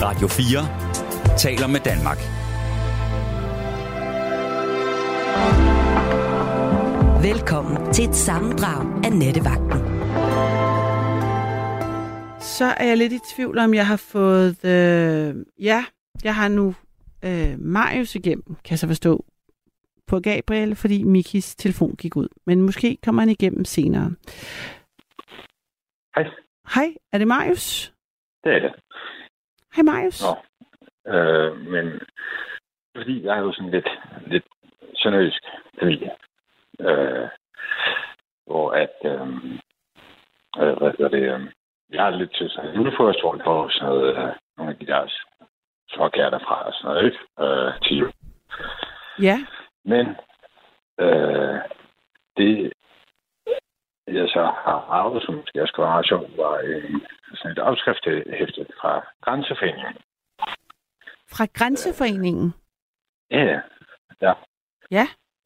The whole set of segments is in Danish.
Radio 4 taler med Danmark. Velkommen til et sammendrag af Nattevagten. Så er jeg lidt i tvivl om, jeg har fået... jeg har nu Marius igennem, kan jeg så forstå, på Gabriel, fordi Mikis telefon gik ud. Men måske kommer han igennem senere. Hej. Hej, er det Marius? Det er det. Hej Marius. Nå. Men fordi jeg er jo sådan lidt sønderjysk familie. Hvor at jeg har lidt til sådan julefrokostordning på sådan noget, nogle af de deres småkager derfra og sådan noget, ikke? Til jul. Ja. Men det jeg så har arvet, som måske også var meget sjovt, var sådan et opskriftehæfte fra Grænseforeningen. Fra Grænseforeningen? Ja. Ja.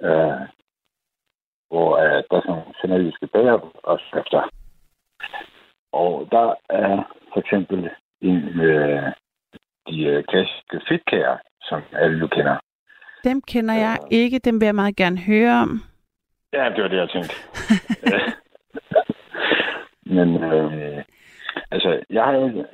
Hvor der er sådan nogle sønderjyske bageropskrifter. Og der er for eksempel en med de klassiske fedtkager, som alle jo kender. Dem kender jeg ikke. Dem vil jeg meget gerne høre om. Ja, det var det, jeg tænkte. Men jeg har jo,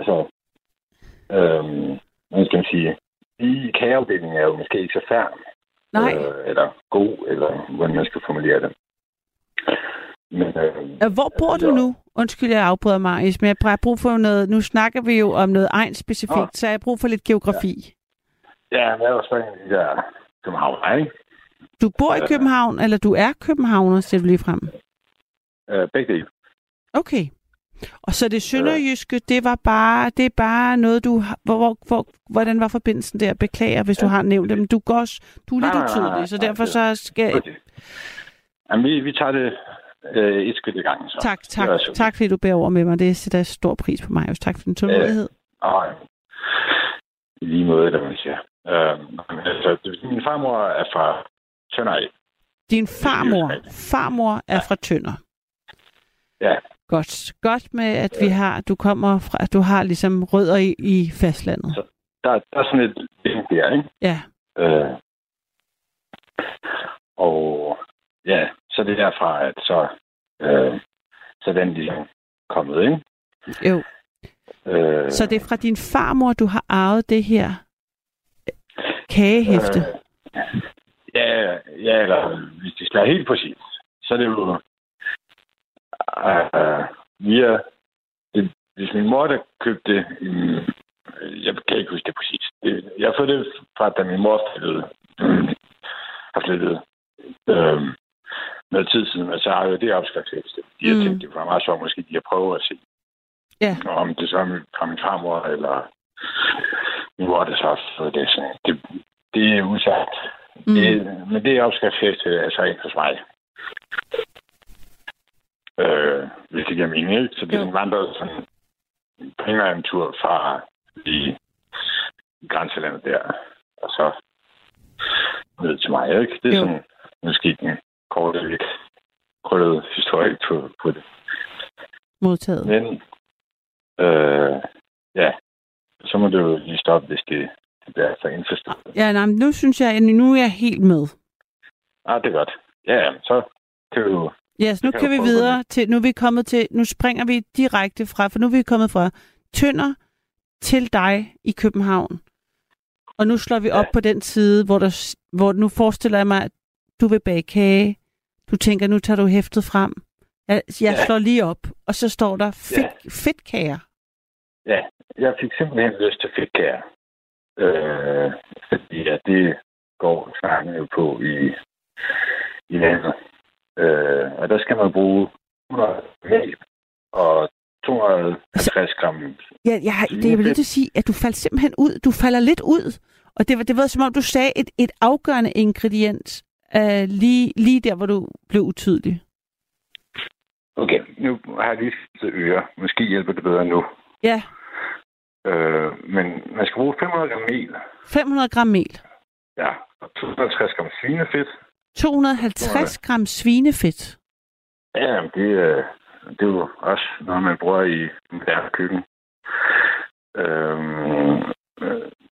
hvad skal man sige, i kageafdelingen er jo måske ikke så færdig. Nej. Eller god, eller hvordan man skal formulere det. Men, hvor bor du nu? Undskyld, jeg afbryder, Marius, men jeg har brug for noget... Nu snakker vi jo om noget egnsspecifikt, så jeg har brug for lidt geografi. Ja, men jeg var spændt i der København, ikke? Du bor i København, eller du er københavner, siger du lige frem? Begge dele. Okay. Og så det sønderjyske, det er bare noget, du... Hvordan var forbindelsen der? Beklager, hvis du har nævnt det, men du er lidt utydelig, så derfor så skal... Jamen, vi tager det et skridt i gang. Så. Tak, fordi du bærer over med mig. Det sætter stor pris på mig. Også tak for din tålmodighed. I lige måde, der man siger. Min farmor er fra Tønder. Din farmor er fra Tønder? Ja. Godt med, at du kommer fra, at du har ligesom rødder i fastlandet. Så der er sådan et link der, ikke? Ja. Og ja, så det er derfra, at så den ligesom kommet, ikke? Jo. Så det er fra din farmor, du har arvet det her kagehæfte? Ja, eller hvis det skal være helt præcis, så er det jo hvis min mor, der købte det, jeg kan ikke huske det præcis. Jeg har fået det fra, da min mor har flyttet noget tid siden, og så har jeg det opskriftshæfte. De har tænkt, det var meget sjovt, måske de har prøvet at se. Ja. Og om det så er fra min farmor, eller min mor, der så har fået det. Så det er usagt. Men det opskriftshæfte er så ikke hos mig. Hvis det giver mening, ikke? Så det vandrede sådan primært en tur fra i grænselandet der, og så ned til mig, ikke? Det er sådan måske en korte, lidt krøllet historie på det. Modtaget. Men, så må det jo lige stoppe, hvis det bliver for indforstået. Ja, nej, nu er jeg helt med. Det er godt. Ja, så kan vi jo... Ja, så nu kan vi videre til, nu springer vi direkte fra, for nu er vi kommet fra Tønder til dig i København. Og nu slår vi op på den side, hvor nu forestiller jeg mig, at du vil bage kage. Du tænker, nu tager du hæftet frem. Jeg slår lige op, og så står der fedtkager. Ja, jeg fik simpelthen lyst til fedtkager. Fordi det går snakken jo på i landet. Og der skal man bruge 100 mælk og 250 gram. Ja, det er vel lidt at sige, at du faldt simpelthen ud. Du falder lidt ud. Og det var som om, du sagde et afgørende ingrediens lige der, hvor du blev utydelig. Okay, nu har jeg lige skiftet øre. Måske hjælper det bedre nu. Ja. Men man skal bruge 500 gram mel. 500 gram mel? Ja, og 250 gram svinefedt. 250 gram svinefedt? Ja, det er jo også noget, man bruger i moderne køkken.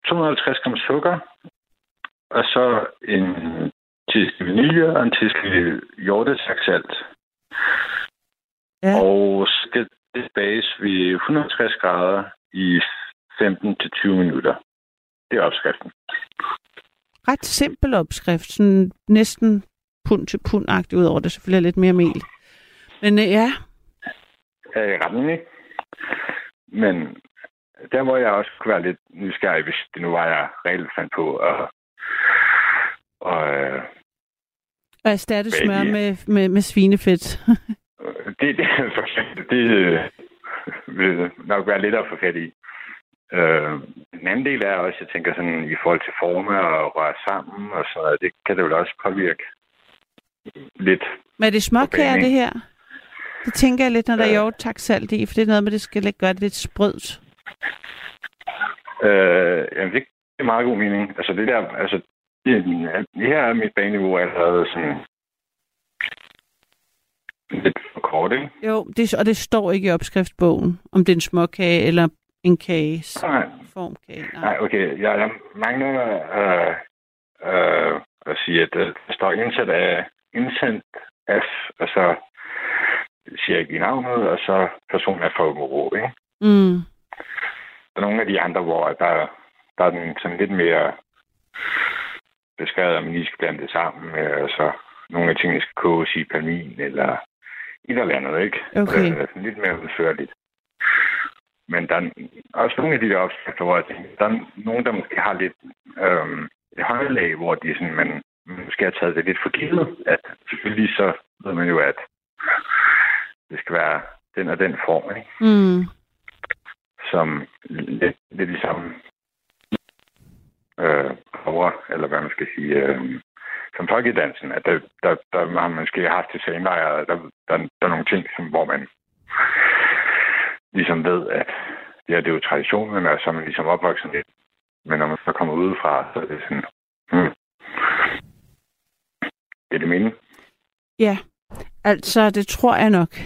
250 gram sukker, og så en teske vanilje og en teske hjortesaksalt. Ja. Og skal det bages ved 160 grader i 15-20 minutter. Det er opskriften. Ret simpel opskrift. Sådan næsten pund til pund-agtigt, udover det selvfølgelig er lidt mere mel. Men ja. Er i retning, ikke? Men der, hvor jeg også kunne være lidt nysgerrig, hvis det nu var, jeg reelt fandt på og erstatte smør med svinefedt. det vil nok være lidt at få fat i. En anden del er også, jeg tænker sådan, i forhold til forme og røre sammen og sådan noget, det kan det vel også påvirke lidt. Men er det småkager, det her? Det tænker jeg lidt, når der er hjortesaksalt i, for det er noget med, det skal gøre det lidt sprødt. Jamen, det er meget god mening. Altså, det der, altså, det her er mit baneniveau allerede sådan lidt for kort, ikke? Jo, og det står ikke i opskriftsbogen, om det er en småkage eller en kages formkage. Nej, okay. Jeg mangler at sige, at der står indsendt af, og så siger jeg ikke navnet, og så personen er fra Åbenrå, ikke? Mm. Der er nogle af de andre, hvor der er den sådan lidt mere beskrevet, at man lige skal blande det sammen, og så nogle af tingene skal koges i palmin, eller et eller andet, ikke? Okay. Lidt mere udførligt. Men der er også nogle af de der opskrifter, hvor jeg tænker, der er nogen, der måske har lidt et højlag, hvor de sådan, man måske har taget det lidt for givet, at selvfølgelig så ved man jo, at det skal være den og den form, ikke? Mm. Som lidt i samme eller hvad man skal sige, som folkedansen, at der har man måske haft til scenelejre, der er nogle ting, hvor man ligesom ved, at det er jo traditionen, og så er man ligesom opvokset lidt. Men når man så kommer udefra, så er det sådan, er det meningen? Ja, altså det tror jeg nok.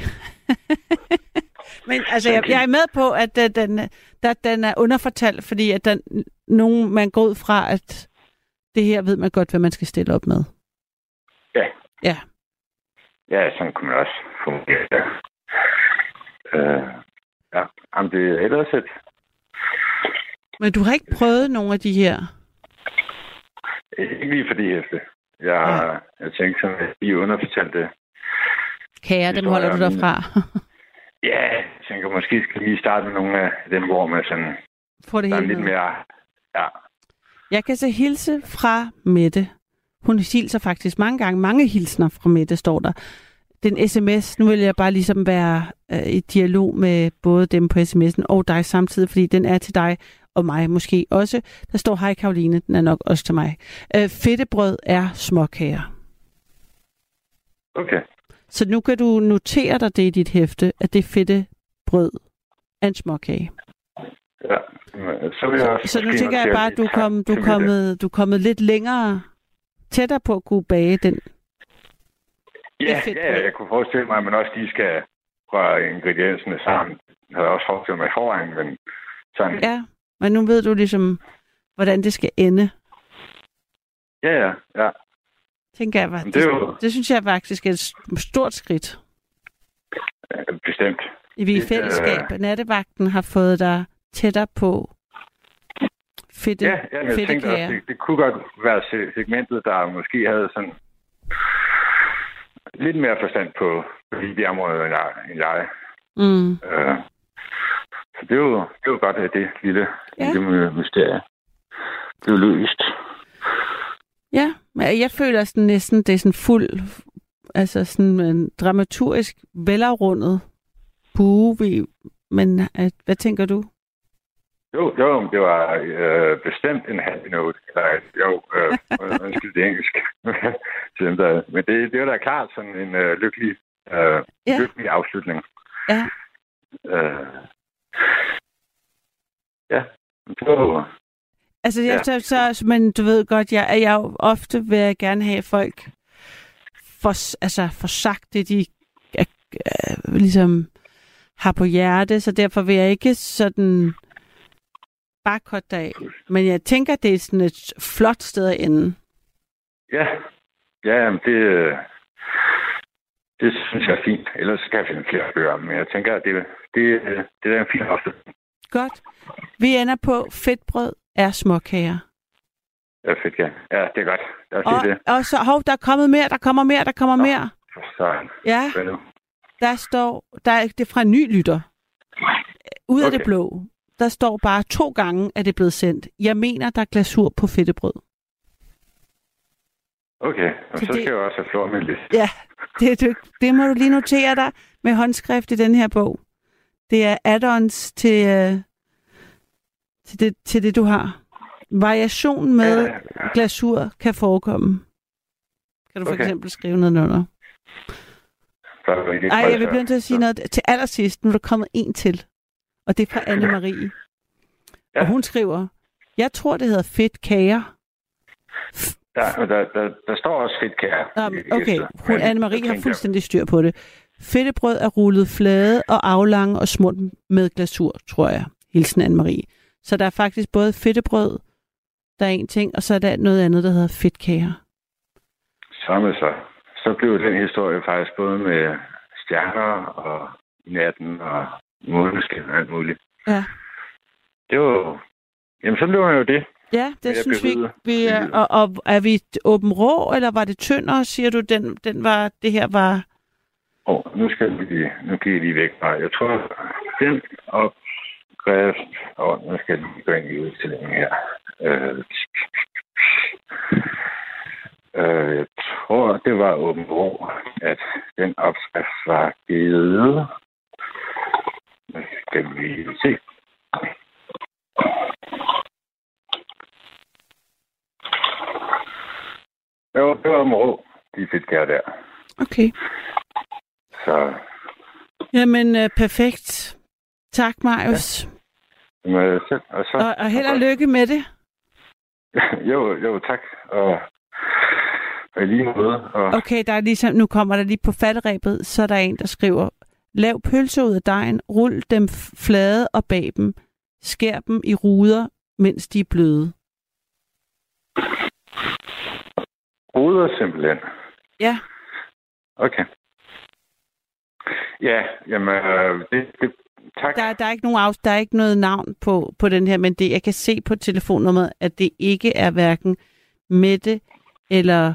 Men altså, jeg er med på, at den er underfortalt, fordi at man går ud fra, at det her ved man godt, hvad man skal stille op med. Ja. Ja. Ja, sådan kan man også fungere. Ja, jamen det er ellers et. Men du har ikke prøvet nogle af de her? Ikke lige for de heste. Jeg tænker sådan, at de underfortalte kager, dem holder du derfra? Ja, jeg tænker, måske skal vi lige starte med nogle af dem, hvor man sådan får det der er hele lidt mere. Ja. Jeg kan så hilse fra Mette. Hun hilser faktisk mange gange. Mange hilsner fra Mette, står der. Den sms, nu vil jeg bare ligesom være i dialog med både dem på sms'en og dig samtidig, fordi den er til dig og mig måske også. Der står, hej Karoline, den er nok også til mig. Fedtebrød er småkager. Okay. Så nu kan du notere dig det i dit hæfte, at det fedtebrød er en småkage. Ja, så nu tænker jeg bare, at du er kommet lidt længere tættere på at kunne bage den. Ja, jeg kunne forestille mig, at man også lige skal røre ingredienserne sammen. Jeg havde også forestillet mig i forvejen, men sådan. Ja, men nu ved du ligesom, hvordan det skal ende. Ja. Tænker jeg, det synes jeg faktisk er et stort skridt. Bestemt. Vi i fællesskab, nattevagten, har fået dig tættere på fedtekager. Ja, jeg tænkte også, det kunne godt være segmentet, der måske havde sådan lidt mere forstand på de områder, end jeg. Mm. Så det er jo godt, at det lille mysterie blev løst. Ja, men jeg føler sådan næsten, det er sådan altså sådan en dramaturgisk velafrundet bue. Men hvad tænker du? Jo, det var bestemt en happy note. Undskyld det engelsk. Men det er da klart sådan en lykkelig afslutning. Ja. Ja, det var. Altså, men du ved godt, jeg jo ofte vil jeg gerne have folk for sagt det, de ligesom har på hjerte, så derfor vil jeg ikke sådan bare kort af. Men jeg tænker, det er sådan et flot sted at ende. Ja. Ja, men det synes jeg er fint. Ellers kan jeg finde flere bøger. Men jeg tænker, at det er en fin afslutning. Godt. Vi ender på fedtbrød er småkager. Ja, fedt, ja. Ja, det er godt. Og så, der er kommet mere, der kommer mere. Så, ja, der står, det er fra en ny lytter. Ud af det blå. Der står bare 2 gange, at det er blevet sendt. Jeg mener, der er glasur på fedtebrød. Okay, og så skal jeg også have flormelis. Ja, det må du lige notere dig med håndskrift i den her bog. Det er add-ons til det, du har. Variation med glasur kan forekomme. Kan du for eksempel skrive noget under? Jeg vil blive nødt til at sige noget til allersidst. Nu er der kommet en til. Og det er fra Anne-Marie. Ja. Og hun skriver, jeg tror, det hedder fedt kager. Der står også fedt kager. Okay, Anne-Marie har fuldstændig styr på det. Fedtebrød er rullet flade og aflange og smurt med glasur, tror jeg. Hilsen Anne-Marie. Så der er faktisk både fedtebrød, der er en ting, og så er der noget andet, der hedder fedtkager. Så blev den historie faktisk både med stjerner og natten og måneskin og alt muligt. Ja. Det var... Jamen, så blev jo det. Ja, det synes vi er... Og er vi åben rå, eller var det tyndere, siger du, det her var... Nu kan jeg lige væk. Jeg tror, den opskrift... nu skal jeg lige gå ind i udstillingen her. Jeg tror, det var åben rå, at den opskrift var givet. Nu skal vi se. Jo, det var åben rå, de fedtkager der. Okay. Så... Jamen, perfekt. Tak, Marius. Ja. Og held og lykke med det. Jo, tak. Og lige måde. Okay, der er ligesom, nu kommer der lige på falderebet, så er der en, der skriver, lav pølser ud af dejen, rul dem flade og bag dem, skær dem i ruder, mens de er bløde. Ruder simpelthen? Ja. Okay. Ja, jamen, tak. Der er ikke noget navn på den her, men jeg kan se på telefonnummeret, at det ikke er hverken Mette eller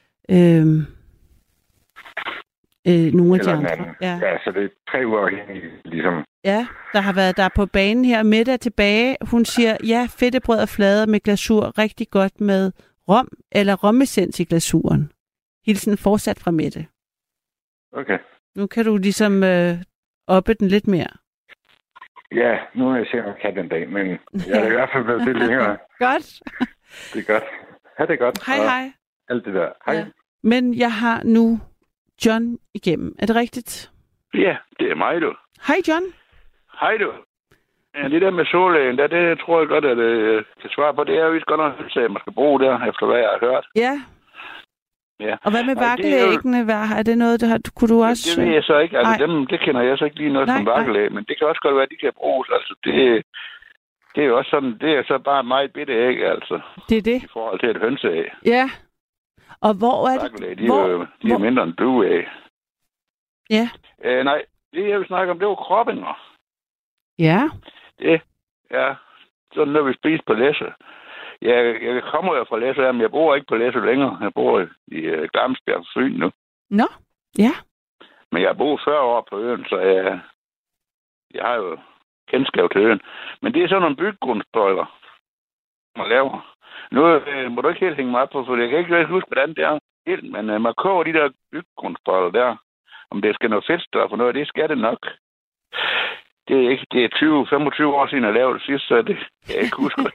nogle af de andre. Ja, så det er 3 uger ligesom. Ja, der er på banen her. Mette er tilbage. Hun siger, ja, fedtebrød og flader med glasur, rigtig godt med rom eller romessens i glasuren. Hilsen fortsat fra Mette. Okay. Nu kan du ligesom oppe den lidt mere. Ja, nu har jeg set, at jeg kan den dag, men jeg er i hvert fald blevet lidt længere. Godt. Det er godt. Ha' det godt. Hej. Alt det der. Hej. Ja. Men jeg har nu John igennem. Er det rigtigt? Ja, det er mig, du. Hej, John. Hej, du. Ja, det der med sollægen, det tror jeg godt, at jeg kan svare på. Det er jo vist godt nok, at man skal bruge der, efter hvad jeg har hørt. Ja. Ja. Og hvad med vakkelæggene? Er det noget, kunne du også... Det ved jeg så ikke. Altså, det kender jeg så ikke lige noget som vakkelæg, men det kan også godt være, at de kan bruges. Altså, det er jo også sådan, det er så bare meget bitte æg, altså. Det er det. I forhold til et hønseæg. Ja. Og hvor er det? Vakkelæg, de er mindre end dueæg. Ja. Nej, det jeg vil snakke om, det var krobbinger. Ja. Det er sådan noget, vi spiser på Læsø. Jeg kommer jo fra Læsø, men jeg bor ikke på Læsø længere. Jeg bor i Glamsbjerg på Fyn nu. Nå, ja. Men jeg har boet 40 år på øen, så jeg har jo kendskab til øen. Men det er sådan nogle byggegrundsbøjler, man laver. Nu må du ikke helt hænge mig op på, for jeg kan ikke huske, hvordan det er helt, men man koger de der byggegrundsbøjler der. Om det skal noget fedtstof og noget, det skal det nok. Det er 20-25 år siden, jeg lavede det sidst, så det kan jeg ikke huske.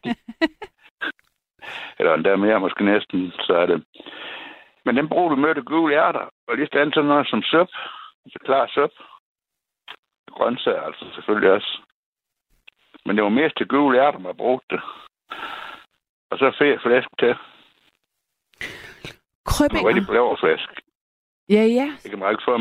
Eller endda mere, måske næsten, så er det. Men den bruger du med det gule ærter, og lige stand sådan noget som søp. Så klar søp. Grøntsager altså selvfølgelig også. Men det var mest til gule ærter, man brugte det. Og så flæsk til. Krøbbinger. Det var rigtig blæverflæsk. Ja. Det kan man ikke få mere.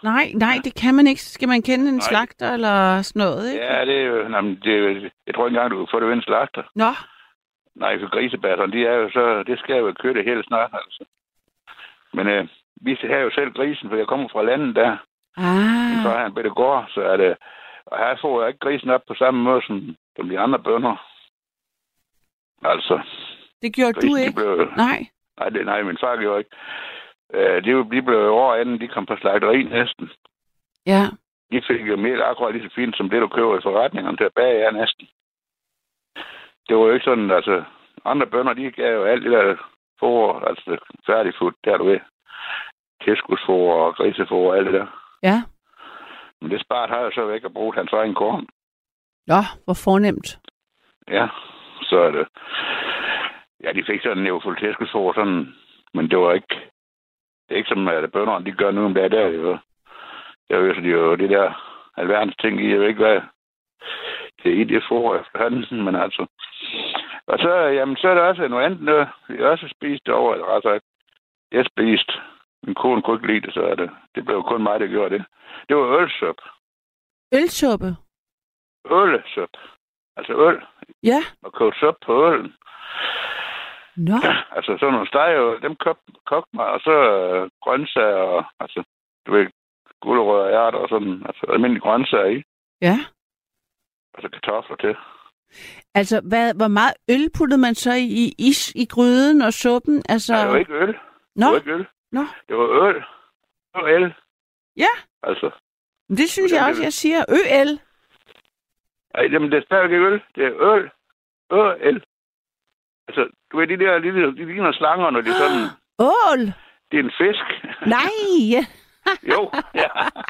Nej, det kan man ikke. Skal man kende en slagter eller sådan noget, ikke? Ja, det er jo... Jeg tror ikke engang, du kan få det ved en slagter. Nå. Nej, for grisebatterne, de er jo så... Det skal jo køre det hele snart, altså. Men vi har jo selv grisen, for jeg kommer fra landet der. Min far, han bedte gård, så er det... Og her får jeg ikke grisen op på samme måde som de andre bønder. Altså... Det gjorde du ikke? Nej, min far gjorde ikke. De blev år inden de kom på slagteri næsten. Ja. De fik jo mere akkurat lige så fint, som det, du køber i forretningerne til at bage er næsten. Det var jo ikke sådan, altså... Andre bønder, de gav jo alt det der forår, altså færdigfood, der du ved. Tilskudsforår og griseforår og alt det der. Ja. Men det spart har jeg så væk at bruge hans egen korn. Nå, hvor fornemt. Ja, så er det... Ja, de fik sådan en neofuld tilskudsforår, sådan... Men det var ikke... Det er ikke som, at bønderne, de gør nu om det der, jo. Jeg ved, så de jo det der alverdens ting i, jeg ved ikke, hvad det er i det forår efterhånden, men altså... Og så, jamen, så er der også noget andet noget, vi også spist over, eller altså, jeg spiste. Min kone kunne ikke lide det, så er det. Det blev kun mig, der gjorde det. Det var ølsup. Ølsuppe? Ølsup. Altså øl. Ja. Og kogt sup på øllen. Nå. Ja, altså sådan nogle steger, dem kogte mig, og så grøntsager, og, altså, du ved, gulerødder og ærter og sådan, altså almindelige grøntsager i. Ja. Og så kartofler til. Altså, hvor meget øl puttede man så i gryden og suppen? Altså... Nej, det var ikke øl. Nå. Det var ikke øl. Nå. Det var øl. Det var el. Ja. Altså. Men det synes jeg også, jeg siger. Øl. Nej, jamen det er stadig ikke øl. Det er øl. Øl. Altså, du ved, de ligner slanger, når de er sådan... Ål! Det er en fisk. Nej! Jo, ja.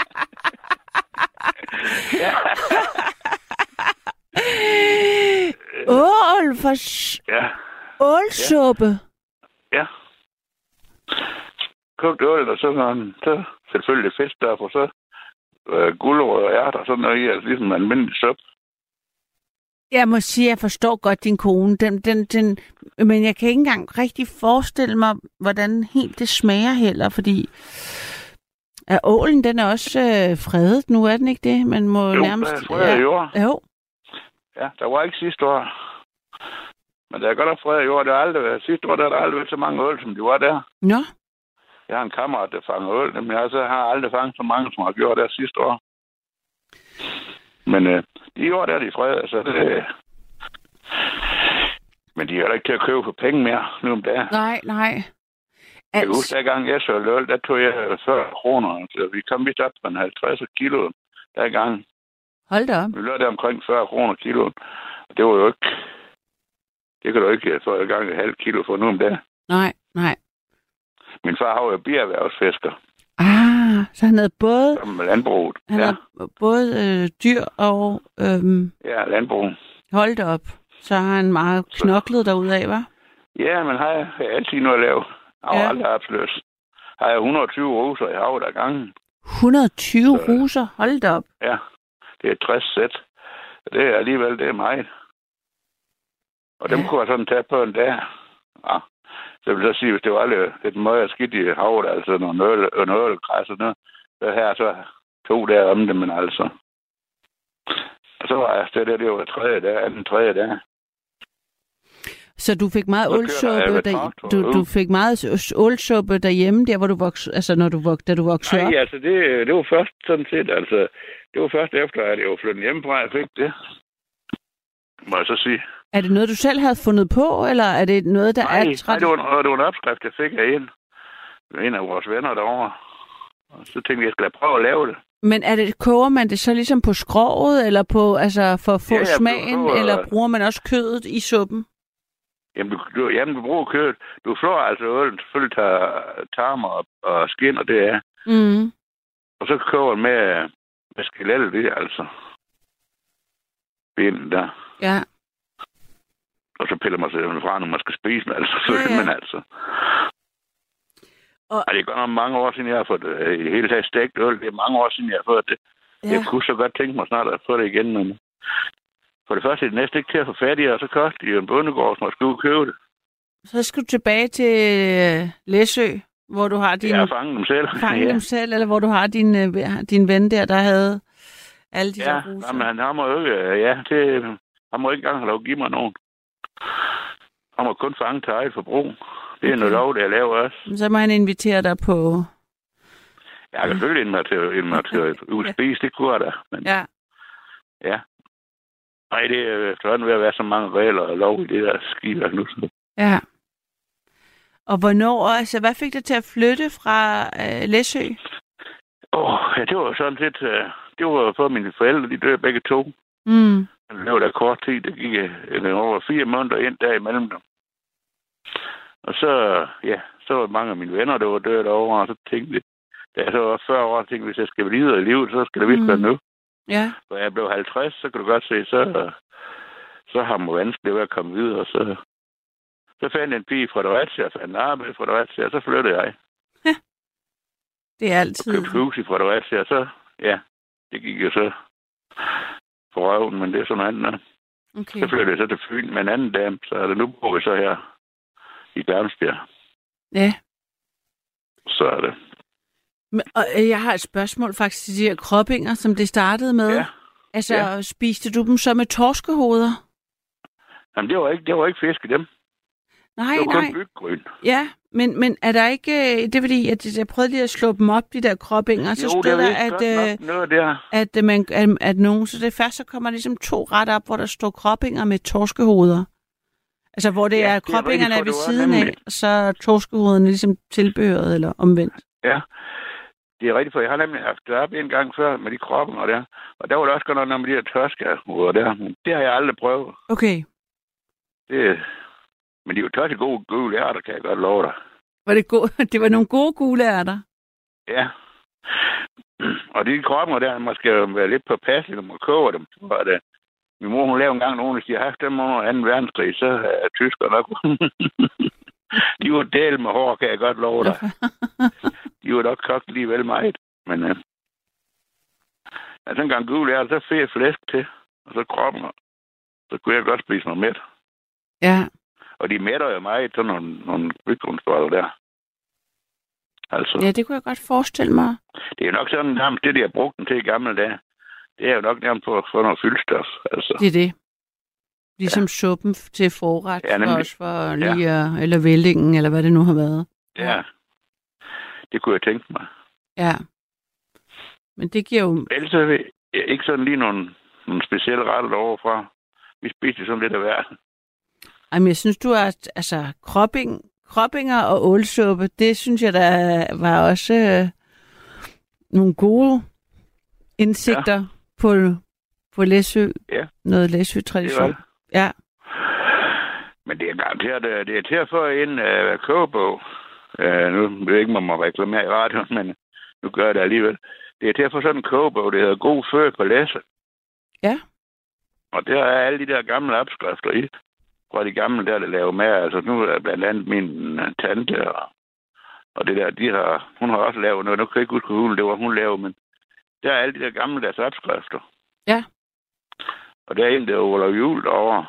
Ja. Ål for... Ja. Ålsuppe. Ja. Kogt øl, og så selvfølgelig fisk derfor, så gulerødder og ærter og sådan noget i, altså ligesom en almindelig suppe. Jeg må sige, at jeg forstår godt din kone. Men jeg kan ikke engang rigtig forestille mig, hvordan helt det smager heller, fordi ålen, den er også fredet nu, er den ikke det? Man må jo, nærmest... Jo, fredet i år. Jo. Ja, der var ikke sidste år. Men der er godt nok fredet i år. Der har aldrig været. Sidste år der har der aldrig været så mange øl, som de var der. Nå. Jeg har en kammerat, der fanger øl, men jeg har aldrig fanget så mange, som har gjort der sidste år. Men i år der er de fredet, altså det... Men de er jo ikke til at købe for penge mere, nu om dagen. Nej. Jeg husker, der gang jeg så øl, der tog jeg 40 kroner. Altså, vi kom vist op på en 50 kilo der gang. Hold da op. Vi lå der omkring 40 kroner kilo. Og det var jo ikke... Det kan du ikke få i gang et halvt kilo for nu om dagen. Nej. Min far har jo bierhvervsfisker. Så han havde både... Som landbruget. Han havde både dyr og... Ja, landbruget. Hold da op. Så har han meget knoklet derudaf, hva'? Ja, men har jeg altid noget at lave. Jeg har aldrig absolut. Har jeg 120 roser i havet ad gangen. 120 roser? Hold da op. Ja, det er 60 sæt. Det er alligevel, det er meget. Og dem kunne jeg sådan tage på en dag. Ja. Så jeg vil så sige, hvis det var lidt meget skidt i havet, altså noget ølgræs og noget, så her så 2 dage om det, men altså. Og så var jeg stedet, det var tredje dag. Så du fik meget ålsuppe du fik meget ålsuppe derhjemme, der hvor du voksede, altså da du voksede op? Nej, altså det var først sådan set, altså det var først efter, at jeg var flyttet hjemmefra, jeg fik det. Må jeg så sige. Er det noget, du selv havde fundet på, eller er det noget, der er... Nej, det var en opskrift, jeg fik af en af vores venner derovre. Og så tænkte jeg skal prøve at lave det. Men koger man det så ligesom på skroget, eller på, altså for at få smagen, eller bruger man også kødet i suppen? Jamen, du bruger kødet. Du flår altså øllen, selvfølgelig tager tarmer og skin, og det er. Mm. Og så koger med skelettet det, altså. Benen der. Ja. Og så piller man sig fra, når man skal spise den, altså. Ja. Men altså. Og det er godt nok mange år siden, jeg har fået det. I hele taget stegt øl. Det er mange år siden, jeg har fået det. Ja. Jeg kunne så godt tænke mig snart at få det igen, men for det første er det næsten ikke til at få fat i, og så koster det jo en bondegård, som man skal ud og købe det. Så skal du tilbage til Læsø, Hvor du har din... Jeg fanget dem selv. Fanget dem selv, eller hvor du har din ven der havde alle de der ruser? Ja, men han må jo ikke... han må ikke engang have lov at give mig nogen. Han må kun fange til eget forbrug. Det er noget lov, det jeg laver også. Så må han invitere dig på... Jeg kan selvfølgelig invitere udspise, det kunne jeg da. Men... Ja. Ja. Nej, det er efterhånden ved at være så mange regler og lov i det der skidt nu. Ja. Og hvornår, altså hvad fik dig til at flytte fra Læsø? Ja, det var sådan set, det var for mine forældre, de døde begge to. Mm. Det var der kort tid, det gik over 4 måneder ind der imellem dem. Og så, så var mange af mine venner, der var døde derovre, og så tænkte jeg, da jeg så var 40 år, tænkte hvis jeg skal videre i livet, så skal det vist være nu. Ja. Da jeg blev 50, så kan du godt se, så har man vanskeligt ved at komme videre, så fandt jeg en pige fra Fredericia, fandt en arbejde fra Fredericia, og så flyttede jeg. Ja. Det er altid... Og købte hus i Fredericia, så det gik jo så på røven, men det er sådan noget andet. Okay. Så flyttede jeg så til Fyn med en anden dame, så nu bor vi så her i Glamsbjerg. Ja. Så er det. Og jeg har et spørgsmål faktisk til de her kroppinger, som det startede med. Ja. Altså, spiste du dem så med torskehoveder? Jamen, det var ikke fisk i dem. Nej, det var kun byggryn. Ja, men er der ikke... Det er fordi, at jeg prøvede lige at slå dem op, de der kroppinger, så stod der, at nogen... Så det først, så kommer ligesom 2 ret op, hvor der står kroppinger med torskehoveder. Altså, hvor det er kroppingerne er ved siden af, så er torskehovederne ligesom tilbehøret eller omvendt. Ja, det er rigtigt, for jeg har nemlig haft det op en gang før med de kroppinger der. Og der var der også godt noget med de her torskehoveder der. Men det har jeg aldrig prøvet. Okay. Men de er jo tørt gule ærter, kan jeg godt love dig. Var det det var nogle gode gule ærter? Ja. Og de kroppinger der, man skal jo være lidt påpasselig, når man koger dem. For min mor, hun lavede en gang nogen, hvis de har haft dem under 2. verdenskrig, så er tyskere nok. De var del med hår, kan jeg godt love dig. De var nok kogt lige vel meget. Men sådan en gang gule ærter, så fik jeg flæsk til, og så kroppinger. Så kunne jeg godt spise mig mæt. Ja. Og de mætter jo meget, sådan nogle byggrundsboller der. Altså. Ja, det kunne jeg godt forestille mig. Det er jo nok sådan nærmest det, de har brugt dem til i gamle dage. Det er jo nok nærmest på at få noget fyldstof. Altså. Det er det. Ligesom suppen til forret, ja, også for lige, eller vællingen, eller hvad det nu har været. Ja, det kunne jeg tænke mig. Ja. Men det giver jo... Ellers er det ikke sådan lige nogle specielle retter overfra. Vi spiser sådan lidt af hver. Jamen, jeg synes, du er... Altså, kroppinger og ålsuppe, det synes jeg, der var også nogle gode indsigter på Læsø. Ja. Noget Læsø-tradition. Ja. Men det er garanteret, det er til at få en kogebog. Nu ved jeg ikke, om man må reklamere i radioen, men nu gør jeg det alligevel. Det er til at få sådan en kogebog, det hedder God Fø på Læsø. Ja. Og der er alle de der gamle opskrifter i. Fra de gamle der laver med. Altså nu er blandt andet min tante og det der, hun har også lavet noget. Nu kan jeg ikke huske, det var hun lavede, men der er alle de der gamle deres opskrifter. Ja. Og der er en, der er Olav Juhl derovre.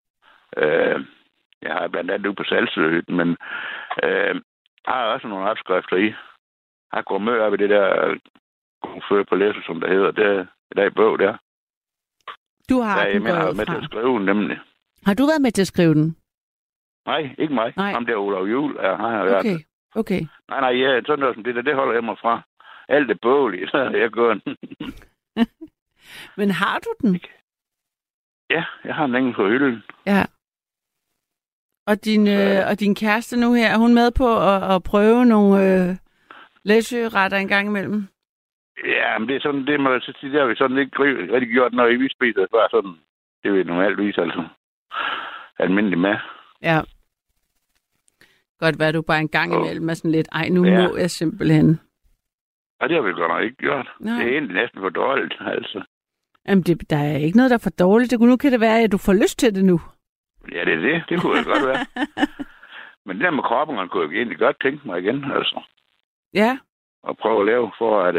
Jeg har blandt andet ude på Salsøhytten, men har også nogle opskrifter i. Jeg går med op i det der før på Læsø, som der hedder. Det er i bog der. Du har der, den jeg har med til at skrive den, nemlig. Har du været med til at skrive den? Nej, ikke mig. Nej. Ham der Olav Juhl har jeg været. Okay. Nej, ja, sådan noget som det holder jeg mig fra. Alt det boglige, så er jeg gået. Men har du den? Ja, jeg har den ingen på hylden. Ja. Og din kæreste nu her, er hun med på at prøve nogle læsøretter en gang imellem? Ja, men det er sådan, det må jeg sige, der har vi sådan ikke rigtig gjort, når vi spiser. Bare sådan, det vil normalvis altså almindelig mad. Ja. Godt være, du bare en gang imellem er sådan lidt, nu må jeg simpelthen. Ja, det har vi godt nok ikke gjort. Nej. Det er egentlig næsten for dårligt, altså. Jamen, der er ikke noget, der er for dårligt. Nu kan det være, at du får lyst til det nu. Ja, det er det. Det kunne det godt være. Men det der med kroppen, kunne jeg egentlig godt tænke mig igen, altså. Ja. Og prøve at lave for, at...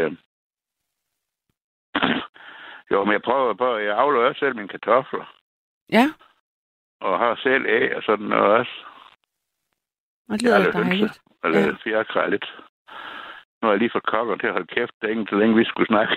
Jo, men jeg prøver på, at jeg afleverer også selv mine kartofler. Ja. Og har selv æg og sådan noget også. Og det lyder dejligt. Eller fjerkræ lidt. Nu har jeg lige fået kokkeren til at holde kæft. Det er ikke så længe, vi skulle snakke.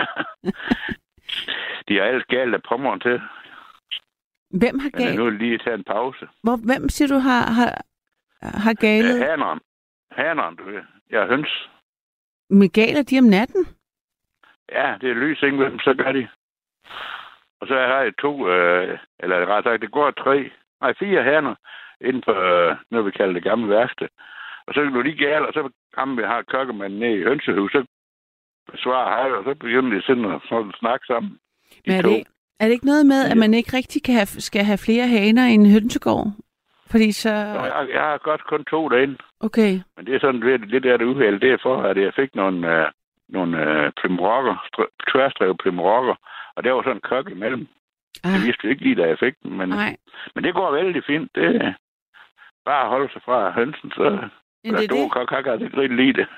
De er ellers galt af pommeren til. Hvem har galt? Men nu lige tage en pause. Hvem siger du har galet? Haneren, du ved. Jeg er høns. Men galer de om natten? Ja, det er lys ingen ved dem, så gør de. Og så har jeg 2, eller ret sagt, det går 4 haner inden for noget, vi kalder det gamle værksted. Og så kan du lige gale, og så vi har kokkemanden ned i hønsehus, så svarer jeg, og så begynder de sådan at snakke sammen. Men er det ikke noget med, at man ikke rigtig skal have flere haner i en hønsegård? Fordi så... Jeg har godt kun 2 derinde. Okay. Men det er sådan lidt af det uheld. Det er for, at jeg fik nogle plymrokker, tværstrev plymrokker, og der var sådan en kok imellem. Jeg vidste ikke lige, da jeg fik den, men det går vældig fint. Det er bare at holde sig fra hønsen, så der store kok har altså ikke rigtig lide det.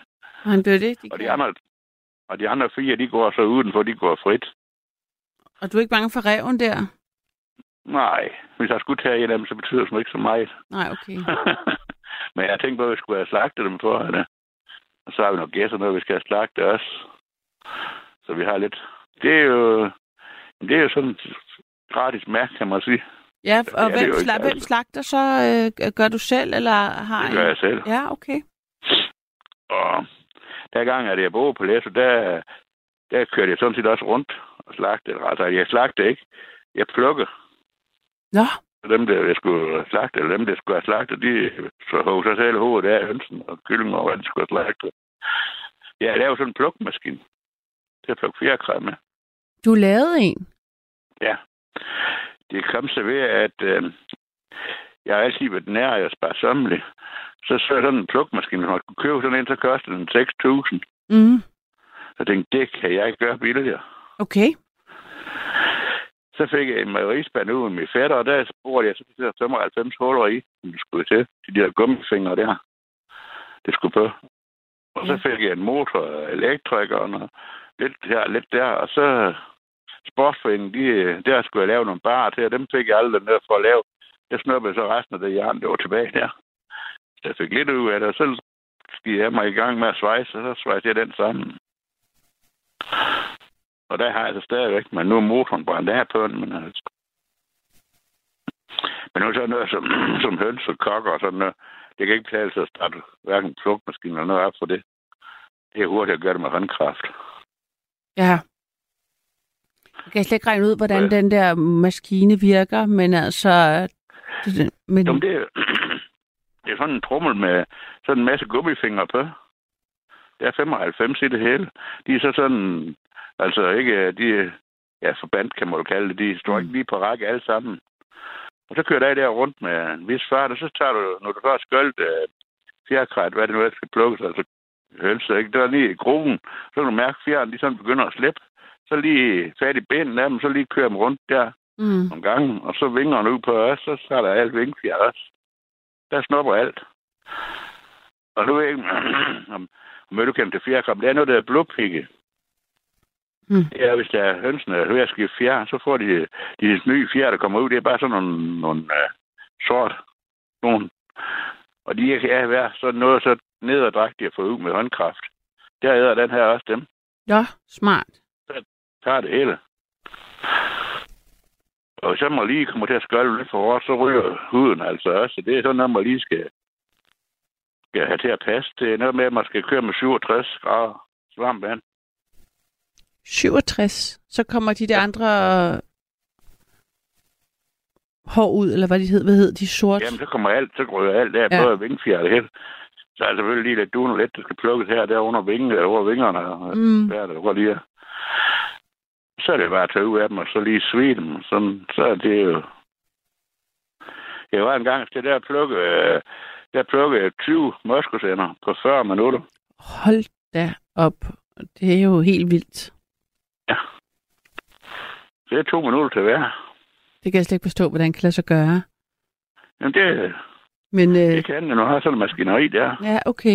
Og de andre 4, de går så udenfor, de går frit. Og du er ikke bange for ræven der? Nej, hvis jeg skulle tage en af dem, så betyder det ikke så meget. Nej, okay. Men jeg tænkte på, at vi skulle have slagtet dem for det. Og så har vi nogle gæster, når vi skal have slagtet også. Så vi har lidt... Det er jo sådan gratis mærke, kan man sige. Ja, og hvem slagter så? Gør du selv, eller har det gør jeg selv. Ja, okay. Og der gang, at jeg boede på Læsø, der kørte jeg sådan set også rundt og slagtede. Altså, jeg slagtede ikke. Jeg plukkede. Nå. Dem, der jeg skulle slagte, eller dem, der skulle have slagtet, de så hov sig selv hovedet af hønsen og kyllinger, og hvad de skulle have slagtet. Jeg lavede sådan en plukmaskine til at plukke fjerkræ med. Du lavede en? Ja. Det kom så ved, at jeg har altid været nær, og jeg sparsomlig. Så sådan en plukmaskine, når man kunne købe sådan en, så kostede den 6.000. Mm. Så tænkte, det kan jeg ikke gøre billigere. Okay. Så fik jeg en mejerispand ud med min fætter, og der spurgte jeg, så fik jeg 95 huller i, som det skulle til. De der gummifingre der. Det skulle på. Og så fik jeg en motor, elektrikeren, og lidt der. Og så sportsforeningen, der skulle jeg lave nogle barer til, og dem fik jeg aldrig ned for at lave. Jeg snuppede så resten af det jern, der var tilbage der. Så jeg fik lidt ud af det, og så skiede jeg mig i gang med at svejse, og så svejste jeg den sammen. Og der har jeg så stadigvæk, men nu er motoren brændt af på den. Men nu er sådan noget som høns og kokker og sådan noget. Det kan ikke betale sig at starte hverken plukmaskinen eller noget op for det. Det er hurtigt at gøre det med håndkraft. Ja. Jeg kan slet ikke regne ud, hvordan den der maskine virker, men altså... Jamen, det er sådan en trummel med sådan en masse gummifingre på. Der er 95 i det hele. De er så sådan... Altså ikke, de er forbandt, kan man jo kalde det. De står ikke lige på række alle sammen. Og så kører der rundt med en vis fart, og så tager du, når du har skøldt fjerkræt, hvad det nu er, skal plukkes, altså hølser, ikke? Der er lige i gruben, så kan du mærke, at fjeren, de sådan begynder at slippe. Så lige fat i benene af dem, så lige kører dem rundt der om gangen, og så vingerne ud på os, så er der alt vingfjer også. Der snupper alt. Og nu ved jeg ikke, om du kender til fjerkræt, det er noget, der er blodpikke. Ja, hvis der er hønsene er ved at skifte fjer, så får de nye fjer, der kommer ud. Det er bare sådan nogle sort. Nogle. Og de kan være sådan noget så nederdragtigt at få ud med håndkraft. Der æder den her også dem. Ja, smart. Så tager det hele. Og så må lige komme til at skølde lidt for hårdt, så ryger huden altså også. Det er sådan noget, man lige skal have til at passe. Det er noget med, at man skal køre med 67 grader svampvand. 67. Så kommer de der andre hår ud, eller hvad hed de sorte? Jamen, så ryger alt der, både vingfjer og det hele. Så er der selvfølgelig lige lidt duner lidt, der skal plukkes her og der under vingerne. Der lige. Så er det bare at tage ud af dem, og så lige svide dem. Så er det jo... Jeg var engang til der plukke 20 moskusænder på 40 minutter. Hold da op. Det er jo helt vildt. Ja. Det er 2 minutter til hver. Det kan jeg slet ikke forstå, hvordan kan lade sig gøre. Jamen det kan jeg. Nu har sådan en maskineri der. Ja, okay.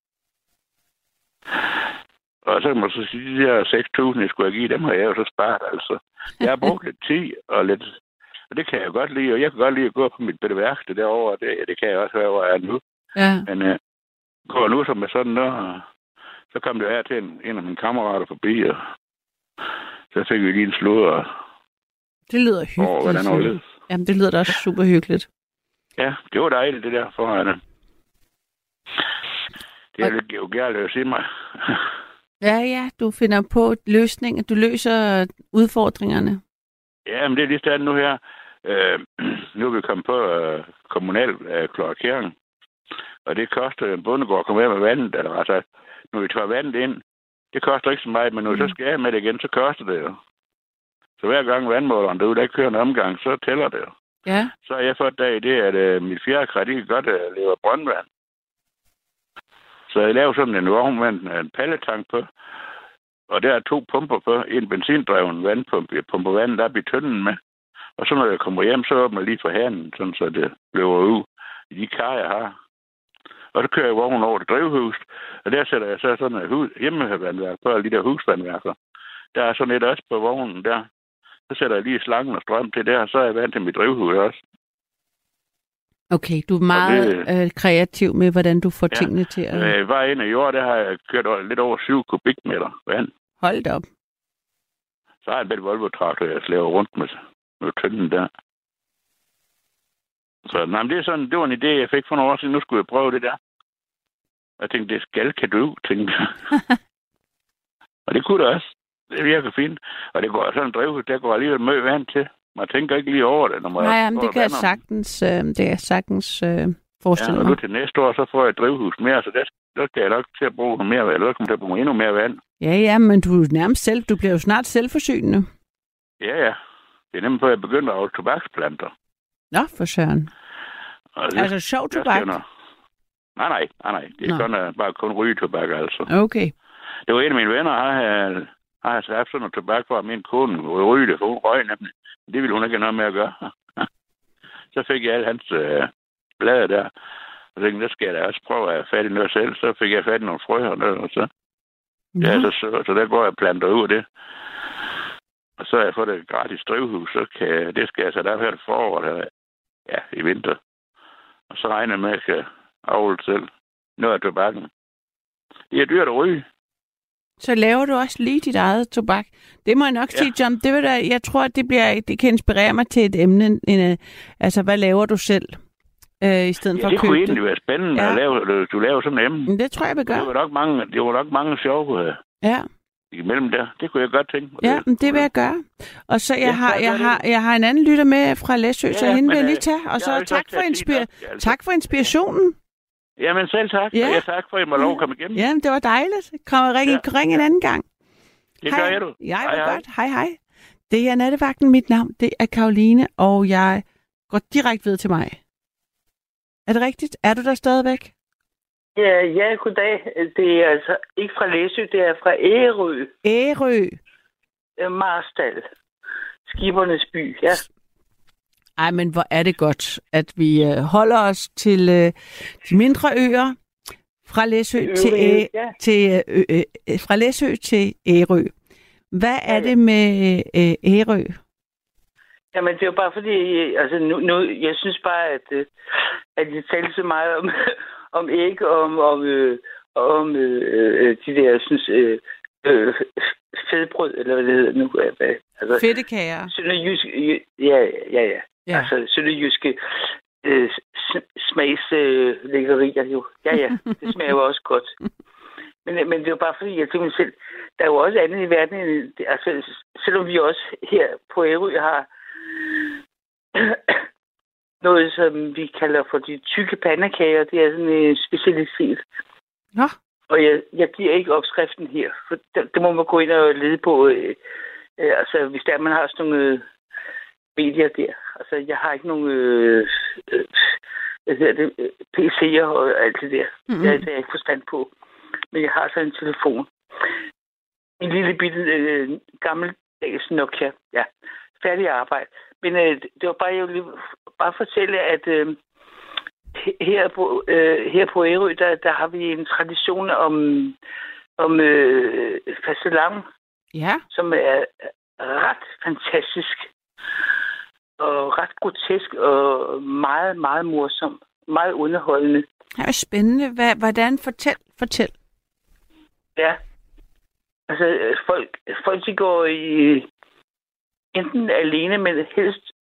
Og så kan man så sige, de der 6.000, jeg skulle have givet dem, har jeg jo så sparet, altså. Jeg har brugt lidt tid og lidt... Og det kan jeg godt lide, og jeg kan godt lide at gå på mit bedre værksted derovre, og det kan jeg også høre, hvor jeg er nu. Ja. Men går nu som med sådan noget. Så kom det her til en af mine kammerater forbi, og så fik vi lige en sludder. Det lyder hyggeligt. Hvordan overledes. Jamen, det lyder da også super hyggeligt. Ja, det var dejligt, det der foran det. Det er lidt geogærligt i mig. Ja, du finder på løsninger. Du løser udfordringerne. Ja, men det er lige stedet nu her. Nu er vi kommet på kommunal kloakering. Og det koster en bondegård at komme med vandet. Eller altså, når vi tager vandet ind, det koster ikke så meget, men når vi så skal med det igen, så koster det jo. Så hver gang vandmåleren derude, der kører en omgang, så tæller det jo. Ja. Så har jeg fået dag i det, at mit fjerkræ, de kan godt leve af brøndvand. Så jeg lavede sådan en vognvand, en palletank på, og der er 2 pumper på, en benzindreven vandpumpe. Jeg pumper vandet op i tønden med, og så når jeg kommer hjem, så åbner jeg lige for hanen, sådan så det løber ud i de kar, jeg har. Og så kører jeg vognen over til drivhuset, og der sætter jeg så sådan et hjemmevandværk på, alle de der husvandværker. Der er sådan et også på vognen der. Så sætter jeg lige slangen og strøm til der, og så er jeg vant til mit drivhus også. Okay, du er meget kreativ med, hvordan du får tingene til at... Jeg var inde i jord, der har jeg kørt lidt over 7 kubikmeter vand. Hold da op. Så har jeg en bedre Volvo-traktor, jeg slæver rundt med tønden der. Så nej, det er sådan, det var en idé, jeg fik for nogle år siden. Nu skulle jeg prøve det der. Jeg tænkte, det kan du, tænkte jeg. Og det kunne det også. Det virker fint. Og det går sådan en drivhus, der går alligevel møg vand til. Man tænker ikke lige over det, når man... Nej, men det kan jeg sagtens forestille mig. Og nu til næste år, så får jeg et drivhus mere, så der skal jeg nok til at bruge noget mere vand, eller der kommer til at bruge endnu mere vand. Ja, men du er nærmest du bliver jo snart selvforsynende. Ja. Det er nemlig på, at jeg begynder at avle tobaksplanter. Nå, for søren. Altså sjov tobak? Nej. Det er kun rygetobak, altså. Okay. Det var en af mine venner, har haft sådan noget tobak for, at min kone ryge det, for hun røg nemlig. Det ville hun ikke have noget med at gøre. Så fik jeg alle hans blade der. Og tænkte, der skal jeg da også prøve at have fat i noget selv. Så fik jeg fat i nogle frø og så. Ja, så der går jeg og planter ud af det. Og så har jeg fået et gratis drivhus, så det skal jeg så der her foråret i vinter. Og så regner jeg med, at jeg kan avle selv noget af tobakken. Det er dyrt at ryge. Så laver du også lige dit eget tobak. Det må jeg nok sige, John. Jeg tror, at det kan inspirere mig til et emne. Altså, hvad laver du selv? I stedet for at købe det. Det kunne egentlig være spændende at lave. Du laver sådan et emne. Det tror jeg, vi gør. Det var nok mange sjove imellem der. Det kunne jeg godt tænke. Ja, men det vil jeg gøre. Og så jeg har en anden lytter med fra Læsø, så hende vil jeg lige tage. Og så tak for inspirationen. Jamen selv tak. Ja. Og tak for, at I må lov at komme igennem. Jamen, det var dejligt. Ring en anden gang. Det gør jeg, du. Jeg var godt. Hej. Det er Nattevagten. Mit navn, det er Karoline, og jeg går direkte ved til mig. Er det rigtigt? Er du der stadigvæk? Ja, goddag. Det er altså ikke fra Læsø, det er fra Ærø. Ærø? Marstal. Skibernes by, ja. Ej, men hvor er det godt, at vi holder os til de mindre øer fra Læsø fra Læsø til Ærø. Hvad er det med Ærø? Jamen, det er jo bare fordi, altså nu jeg synes bare, at det taler så meget om æg, om de der, jeg synes, fedtbrød, eller hvad det hedder nu. Altså, fedtekager. Sønderjyske, ja. Altså sønderjyske smagslæggerier jo. Ja, det smager jo også godt. Men det er jo bare fordi, jeg tænker mig selv, der er jo også andet i verden, altså selvom vi også her på Ærø har noget, som vi kalder for de tykke pandekager. Det er sådan en specialitet. Ja. Og jeg giver ikke opskriften her, for det må man gå ind og lede på. Altså, hvis der man har sådan nogle medier der. Altså, jeg har ikke nogen PC'er og alt det der. Det er jeg ikke forstand på. Men jeg har så en telefon. En lille bitte gammeldags Nokia. Ja, færdig arbejde. Men det var bare, jeg ville bare fortælle, at her på Ærø, der har vi en tradition om fastelavn, som er ret fantastisk og ret grotesk og meget, meget morsom, meget underholdende. Det er spændende. Hvordan? Fortæl. Ja. Altså, folk de går i enten alene, men helst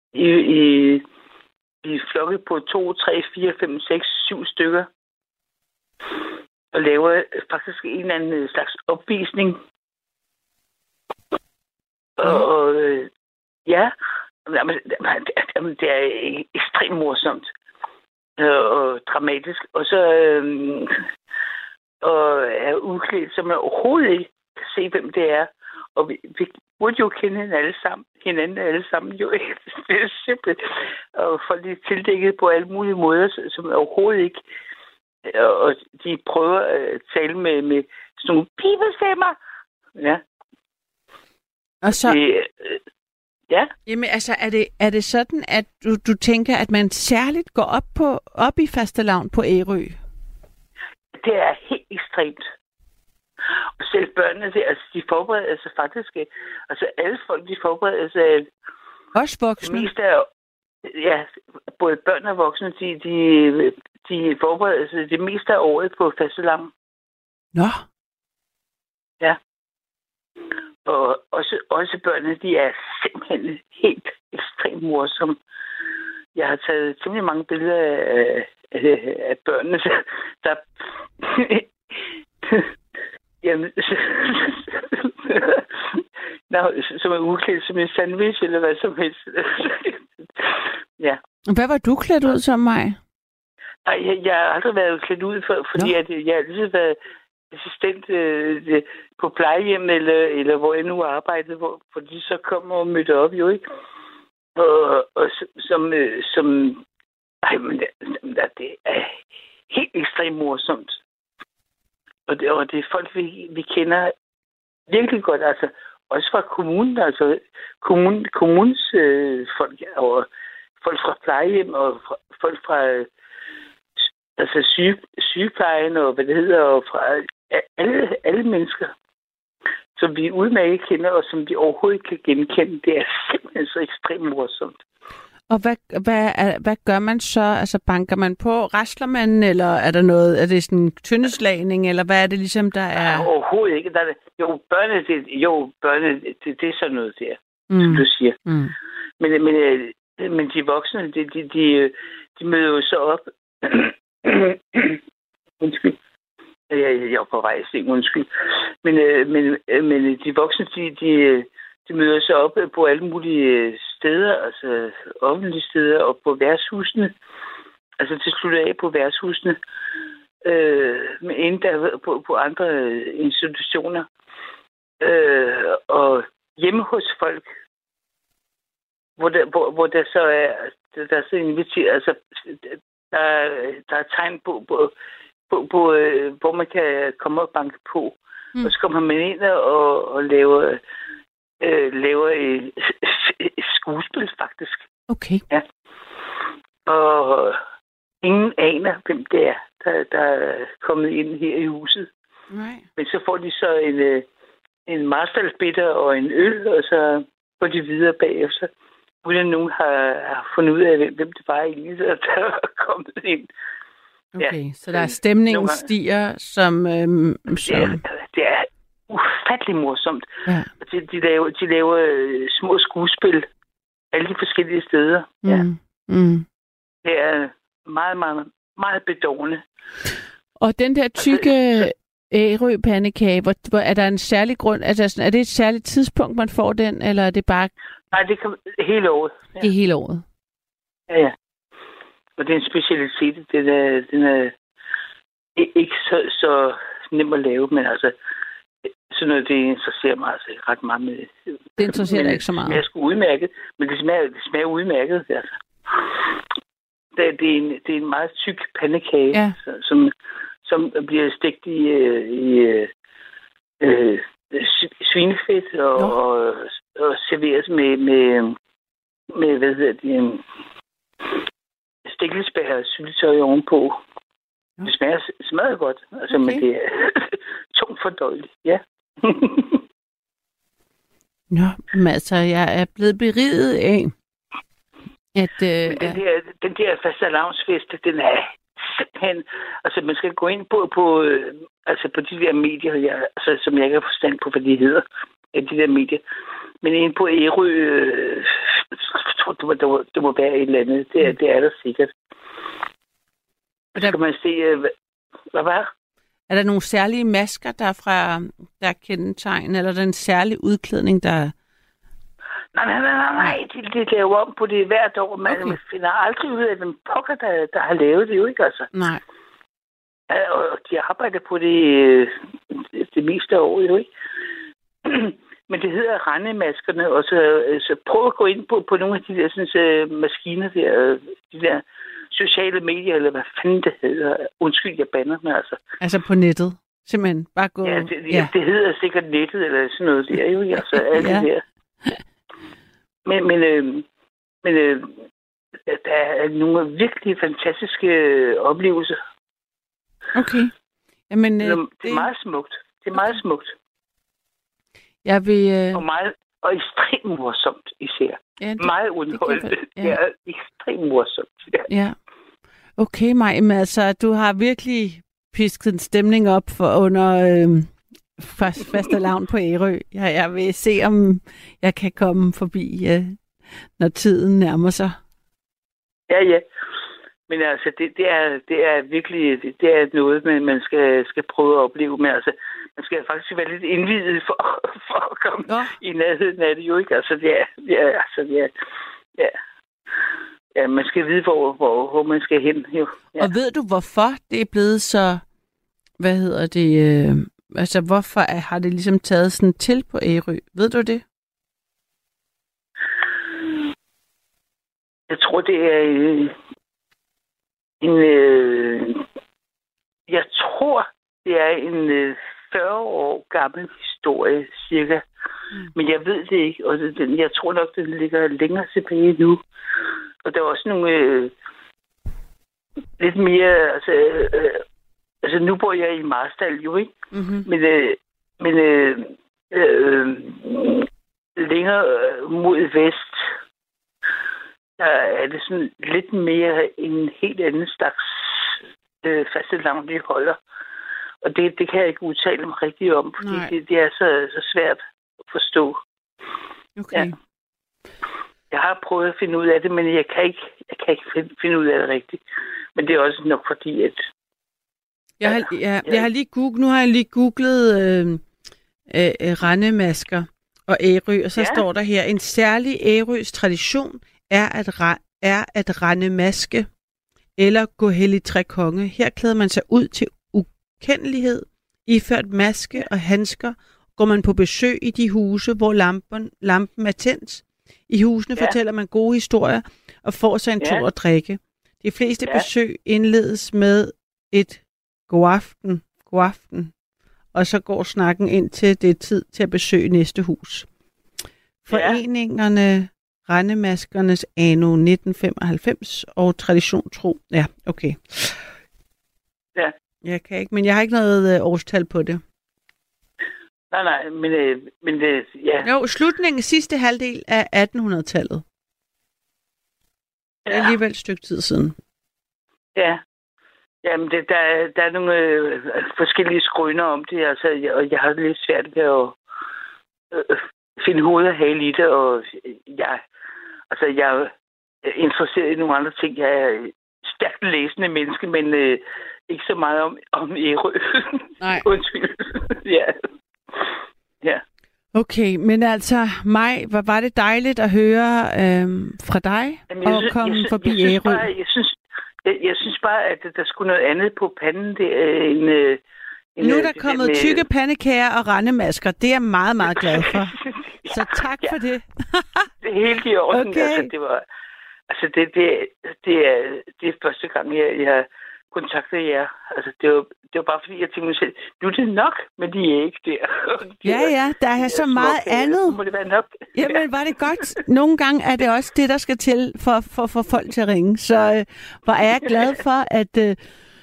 i flokke på 2, 3, 4, 5, 6, 7 stykker. Og laver faktisk en eller anden slags opvisning. Og ja, det er ekstremt morsomt og dramatisk. Og så og er udklædt, så man overhovedet ikke kan se, hvem det er. Og vi burde jo kende hinanden alle sammen. Jo, det er simpelt. Og folk er tildækket på alle mulige måder, som overhovedet ikke. Og de prøver at tale med sådan nogle pibestemmer. Ja. Og så... Ja. Jamen, altså, er det sådan, at du tænker, at man særligt går op i fastelavn på Ærø? Det er helt ekstremt. Og selv børnene, altså, de forbereder sig faktisk. Altså, alle folk, de forbereder sig. Også voksne? Mest af, ja, både børn og voksne, de forbereder sig det meste af året på fastelavn. Nå. Ja. Og også børnene, de er simpelthen helt ekstremt morsomme. Jeg har taget temmelig mange billeder af børnene, der jamen, som er uklædt som en sandwich, eller hvad som helst. Ja. Hvad var du klædt ud som, mig? Nej, jeg har aldrig været klædt ud, fordi at jeg har altid været assistent på plejehjem, eller hvor jeg nu arbejdede, hvor de så kom og mødte op, jo ikke? Og som ej, men det er helt ekstremt morsomt. Og det er folk, vi kender virkelig godt, altså også fra kommunen, altså kommunens folk, og folk fra plejehjem, og folk fra altså sygeplejen, og hvad det hedder, og fra alle mennesker, som vi udmærket kender, og som vi overhovedet ikke kan genkende. Det er simpelthen så ekstremt morsomt. Og hvad gør man så? Altså banker man på? Rasler man? Eller er der noget? Er det sådan en tyndeslagning? Eller hvad er det ligesom, der er? Ja, overhovedet ikke. Børnene, det er sådan noget der, som du siger. Mm. Men de voksne, de møder jo så op. Undskyld. Jeg er på vej i seng, undskyld. Men de voksne, de møder sig op på alle mulige steder, altså offentlige steder, og på værtshusene. Altså det slutter af på værtshusene. Inden der på andre institutioner. Og hjemme hos folk, hvor der så er, der er så inviteret, altså der er tegn på hvor man kan komme og banke på. Og så kommer man ind og laver et skuespil, faktisk. Okay. Ja. Og ingen aner, hvem det er, der er kommet ind her i huset. Nej. Men så får de så en Marstalsbitter og en øl, og så går de videre bagefter. Uden at nogen har fundet ud af, hvem det var egentlig, der er kommet ind. Okay, ja. så der er stemningen stiger, som... Ja, det er ufattelig morsomt. Ja. De laver små skuespil alle de forskellige steder. Ja. Det er meget, meget, meget bedårende. Og den der tykke Ærø-pandekage, er der en særlig grund? Altså, er det et særligt tidspunkt, man får den, eller er det bare... Nej, det kan hele året. Ja. Det er hele året? Ja. Og det er en specialitet. Den er ikke så nem at lave, men altså, sådan noget, det interesserer mig altså ret meget med. Det interesserer dig ikke så meget? Det smager sgu udmærket, men det smager udmærket, altså. Det er en meget tyk pandekage, ja. som bliver stegt i svinefedt og serveres med hvad hedder det, stikkelsbær og syltetøj ovenpå. Ja. Det smager godt, altså, okay. Men det er tungt fordøjeligt, ja. Nå, men altså, jeg er blevet beriget af, at... Den der fastelavnsfest, den er simpelthen... Altså, man skal gå ind på de der medier, som jeg ikke har forstand på, hvad de hedder, de der medier. Men ind på Ærø, jeg tror, det må være et eller andet. Det er der sikkert. Så kan man se... Hvad var? Er der nogle særlige masker, der er kendetegn, eller er der en særlig udklædning, der... Nej. De laver om på det hvert år. Man finder aldrig ud af, hvem pokker, der har lavet det jo, ikke altså? Nej. Og de arbejder på det meste af året jo, ikke? Men det hedder rendemaskerne, og så prøv at gå ind på nogle af de der sådan, maskiner der, de der sociale medier, eller hvad fanden det hedder. Undskyld, jeg bander mig altså. Altså på nettet? Simpelthen bare gå... Ja, det hedder sikkert nettet, eller sådan noget der jo, altså alle det der. Men der er nogle virkelig fantastiske oplevelser. Okay. Jamen, det er meget smukt. Det er meget smukt. Jeg vil... Og ekstremt morsomt især. Ja, meget underholdende. Det er ekstremt morsomt. Ja. Okay, Maj, men altså, du har virkelig pisket en stemning op for under fastelavn på Ærø. Jeg vil se, om jeg kan komme forbi, når tiden nærmer sig. Ja. Men altså, det er virkelig det er noget, man skal prøve at opleve med. Altså, man skal faktisk være lidt indvidet for at komme i nærheden af det jo, ikke? Altså, ja, man skal vide, hvor man skal hen, jo. Ja. Og ved du, hvorfor det er blevet så, altså, hvorfor har det ligesom taget sådan til på Ærø? Ved du det? Jeg tror, det er jeg tror, det er en 40 år gammel historie, cirka. Men jeg ved det ikke, og jeg tror nok, det ligger længere tilbage nu. Og der er også nogle lidt mere, altså nu bor jeg i Marstal jo, ikke? Mm-hmm. Men længere mod vest, der er det sådan lidt mere en helt anden slags fastelavn, de holder. Og det kan jeg ikke udtale mig rigtigt om, fordi det er så svært at forstå. Okay. Ja. Jeg har prøvet at finde ud af det, men jeg kan ikke finde ud af det rigtigt. Men det er også nok fordi, at... Nu har jeg lige googlet rendemasker og Ærø, og så står der her, en særlig Ærøs tradition er at rende maske eller gå hellig tre konge. Her klæder man sig ud til ukendelighed, iført maske og handsker, går man på besøg i de huse, hvor lampen er tændt. I husene fortæller man gode historier og får sig en tur at drikke. De fleste besøg indledes med et god aften, og så går snakken ind til det er tid til at besøge næste hus. Foreningerne Rendemaskernes anno 1995 og tradition tro. Ja, okay. Ja. Jeg kan ikke, men jeg har ikke noget årstal på det. Nej, men det, ja. Jo, slutningen sidste halvdel af 1800-tallet. Det er alligevel et stykke tid siden. Ja. Jamen, der er nogle forskellige skrøner om det, altså, og jeg har det lidt svært ved at finde hovedet og hale i det, og jeg er interesseret i nogle andre ting. Jeg er stærkt læsende menneske, men ikke så meget om Ærø. Nej. Undskyld. Ja. Okay, men altså, Maj, var det dejligt at høre fra dig og komme forbi Ærø. Jeg synes bare, at der skulle noget andet på panden. Nu er der kommet tykke pandekager og rendemasker. Det er jeg meget, meget glad for. Så tak for det. Det er helt i orden. Okay. Det er første gang, jeg kontakter jer. Altså, det var bare fordi, jeg tænkte mig selv, nu er det nok med de æg der. Der er så meget andet. Må det være nok? Jamen, var det godt. Nogle gange er det også det, der skal til for at få folk til at ringe. Så hvor er jeg glad for, at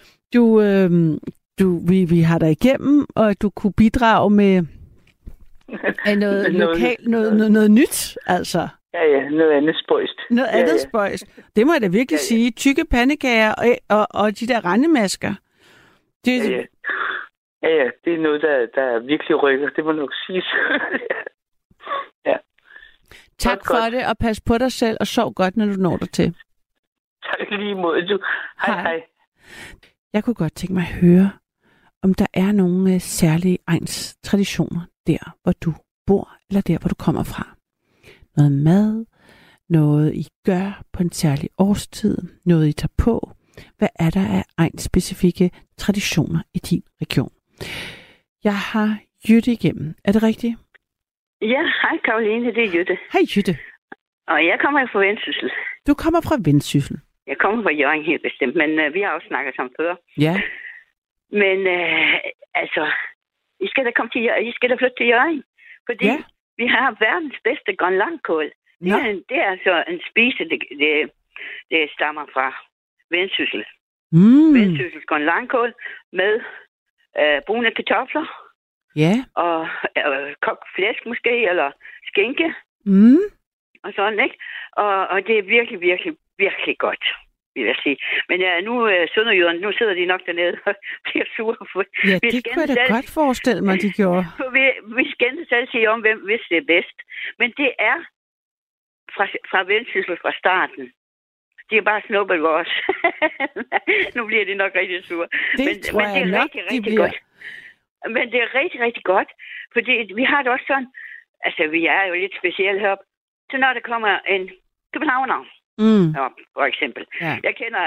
vi har dig igennem, og at du kunne bidrage med noget lokalt, noget nyt, altså. Ja, noget andet spøjst. Noget andet spøjst. Det må jeg da virkelig sige. Tykke pandekager og de der rendemasker. Det... Ja, det er noget, der virkelig rykker. Det må nok siges. Ja. Tak for det, og pas på dig selv, og sov godt, når du når dig til. Tak lige måde, du. Hej. Jeg kunne godt tænke mig at høre, om der er nogle særlige egns traditioner der, hvor du bor, eller der, hvor du kommer fra. Noget mad, noget I gør på en særlig årstid, noget I tager på. Hvad er der af egnsspecifikke traditioner i din region? Jeg har Jytte igennem. Er det rigtigt? Ja, hej Karoline, det er Jytte. Hej Jytte. Og jeg kommer fra Vendsyssel. Du kommer fra Vendsyssel? Jeg kommer fra Hjørring helt bestemt, men vi har også snakket sammen før. Ja. Men altså, I skal da flytte til Hjørring, fordi vi har verdens bedste grønlangkål. Det er altså en spise, det stammer fra Vendsyssel. Vendsyssels grønlangkål med brune kartofler. Ja. Og kogt flæsk måske, eller skinke. Og sådan, ikke? Og det er virkelig, virkelig, virkelig godt, vil jeg sige. Men nu sønderjyderne, nu sidder de nok dernede og bliver sure. Ja, det kunne jeg da godt forestille mig, de gjorde. Vi skændtes altid om, hvem vidste det bedst. Men det er fra Vendsyssel fra starten. De er bare snuppet vores. Nu bliver de nok rigtig sure. Men det er rigtig, rigtig godt. Men det er rigtig, rigtig godt, fordi vi har det også sådan, altså vi er jo lidt specielle heroppe, så når der kommer en københavner, for eksempel. Ja. Jeg kender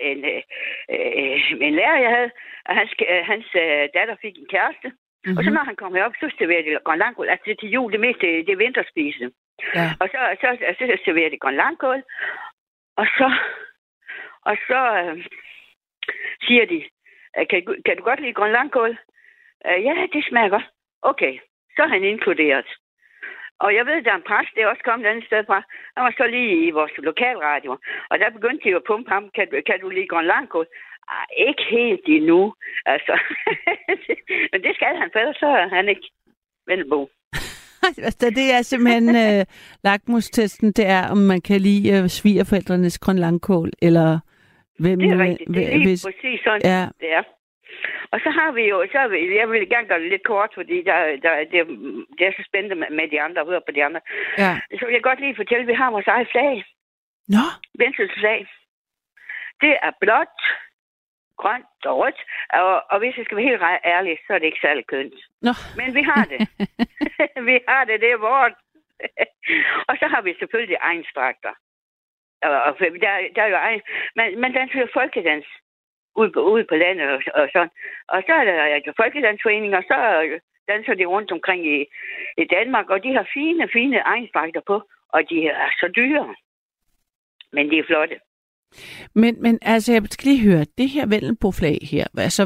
en lærer, jeg havde, og hans datter fik en kæreste, og så når han kom herop, så serverer de grønlangkål, altså det til jul, det meste, det er vinterspise. Ja. Og så serverer de grønlangkål, og så siger de, kan du godt lide grønlangkål? Ja, det smager godt. Okay, så er han inkluderet. Og jeg ved, at der er en præst, der er også kommet et andet sted fra. Han var så lige i vores lokalradio. Og der begyndte de at pumpe ham. Kan du lide grønlangkål? Ikke helt endnu. Altså. Men det skal han, for ellers så er han ikke Vendelbo. Det er simpelthen lakmustesten, det er, om man kan lide svigerforældrenes grønlangkål, eller hvem... Det er rigtigt. Det er lige præcis sådan, det er. Og så har vi jo, jeg vil gerne gøre det lidt kort, fordi det er så spændende med de andre, at høre på de andre. Ja. Så vil jeg godt lige fortælle, at vi har vores eget flag. Nå? Vendsyssels flag. Det er blåt, grønt og rødt, og hvis jeg skal være helt ærlig, så er det ikke særlig kønt. Nå. Men vi har det. Vi har det, det er vores. Og så har vi selvfølgelig egnsdragter. Og der er jo egen, men den er folkedans. Ude på landet og sådan. Og så er der folkedansforeninger, og så danser de rundt omkring i Danmark, og de har fine egnsdragter på, og de er så dyre. Men de er flotte. Men altså, jeg skal lige høre, det her Vendelbo-flag her, altså,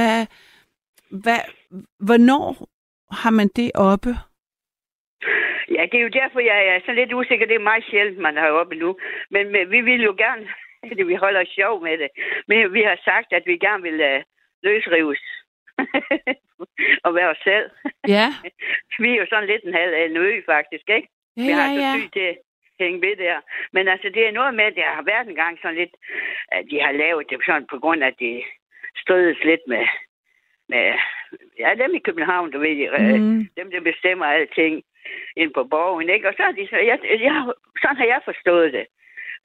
hvornår har man det oppe? Ja, det er jo derfor, jeg er så lidt usikker. Det er meget sjældent, man har oppe nu. Men vi vil jo gerne... Vi holder sjov med det. Men vi har sagt, at vi gerne vil løsrives. Og være os selv. Ja. Vi er jo sådan lidt en ø, faktisk, ikke? Ja, vi har så sygt til at hænge ved der. Men altså, det er noget med, at der har været en gang sådan lidt, at de har lavet det sådan på grund af, at de strides lidt med dem i København, du ved, dem, der bestemmer alting ind på borgen, ikke? Og så, sådan har jeg forstået det.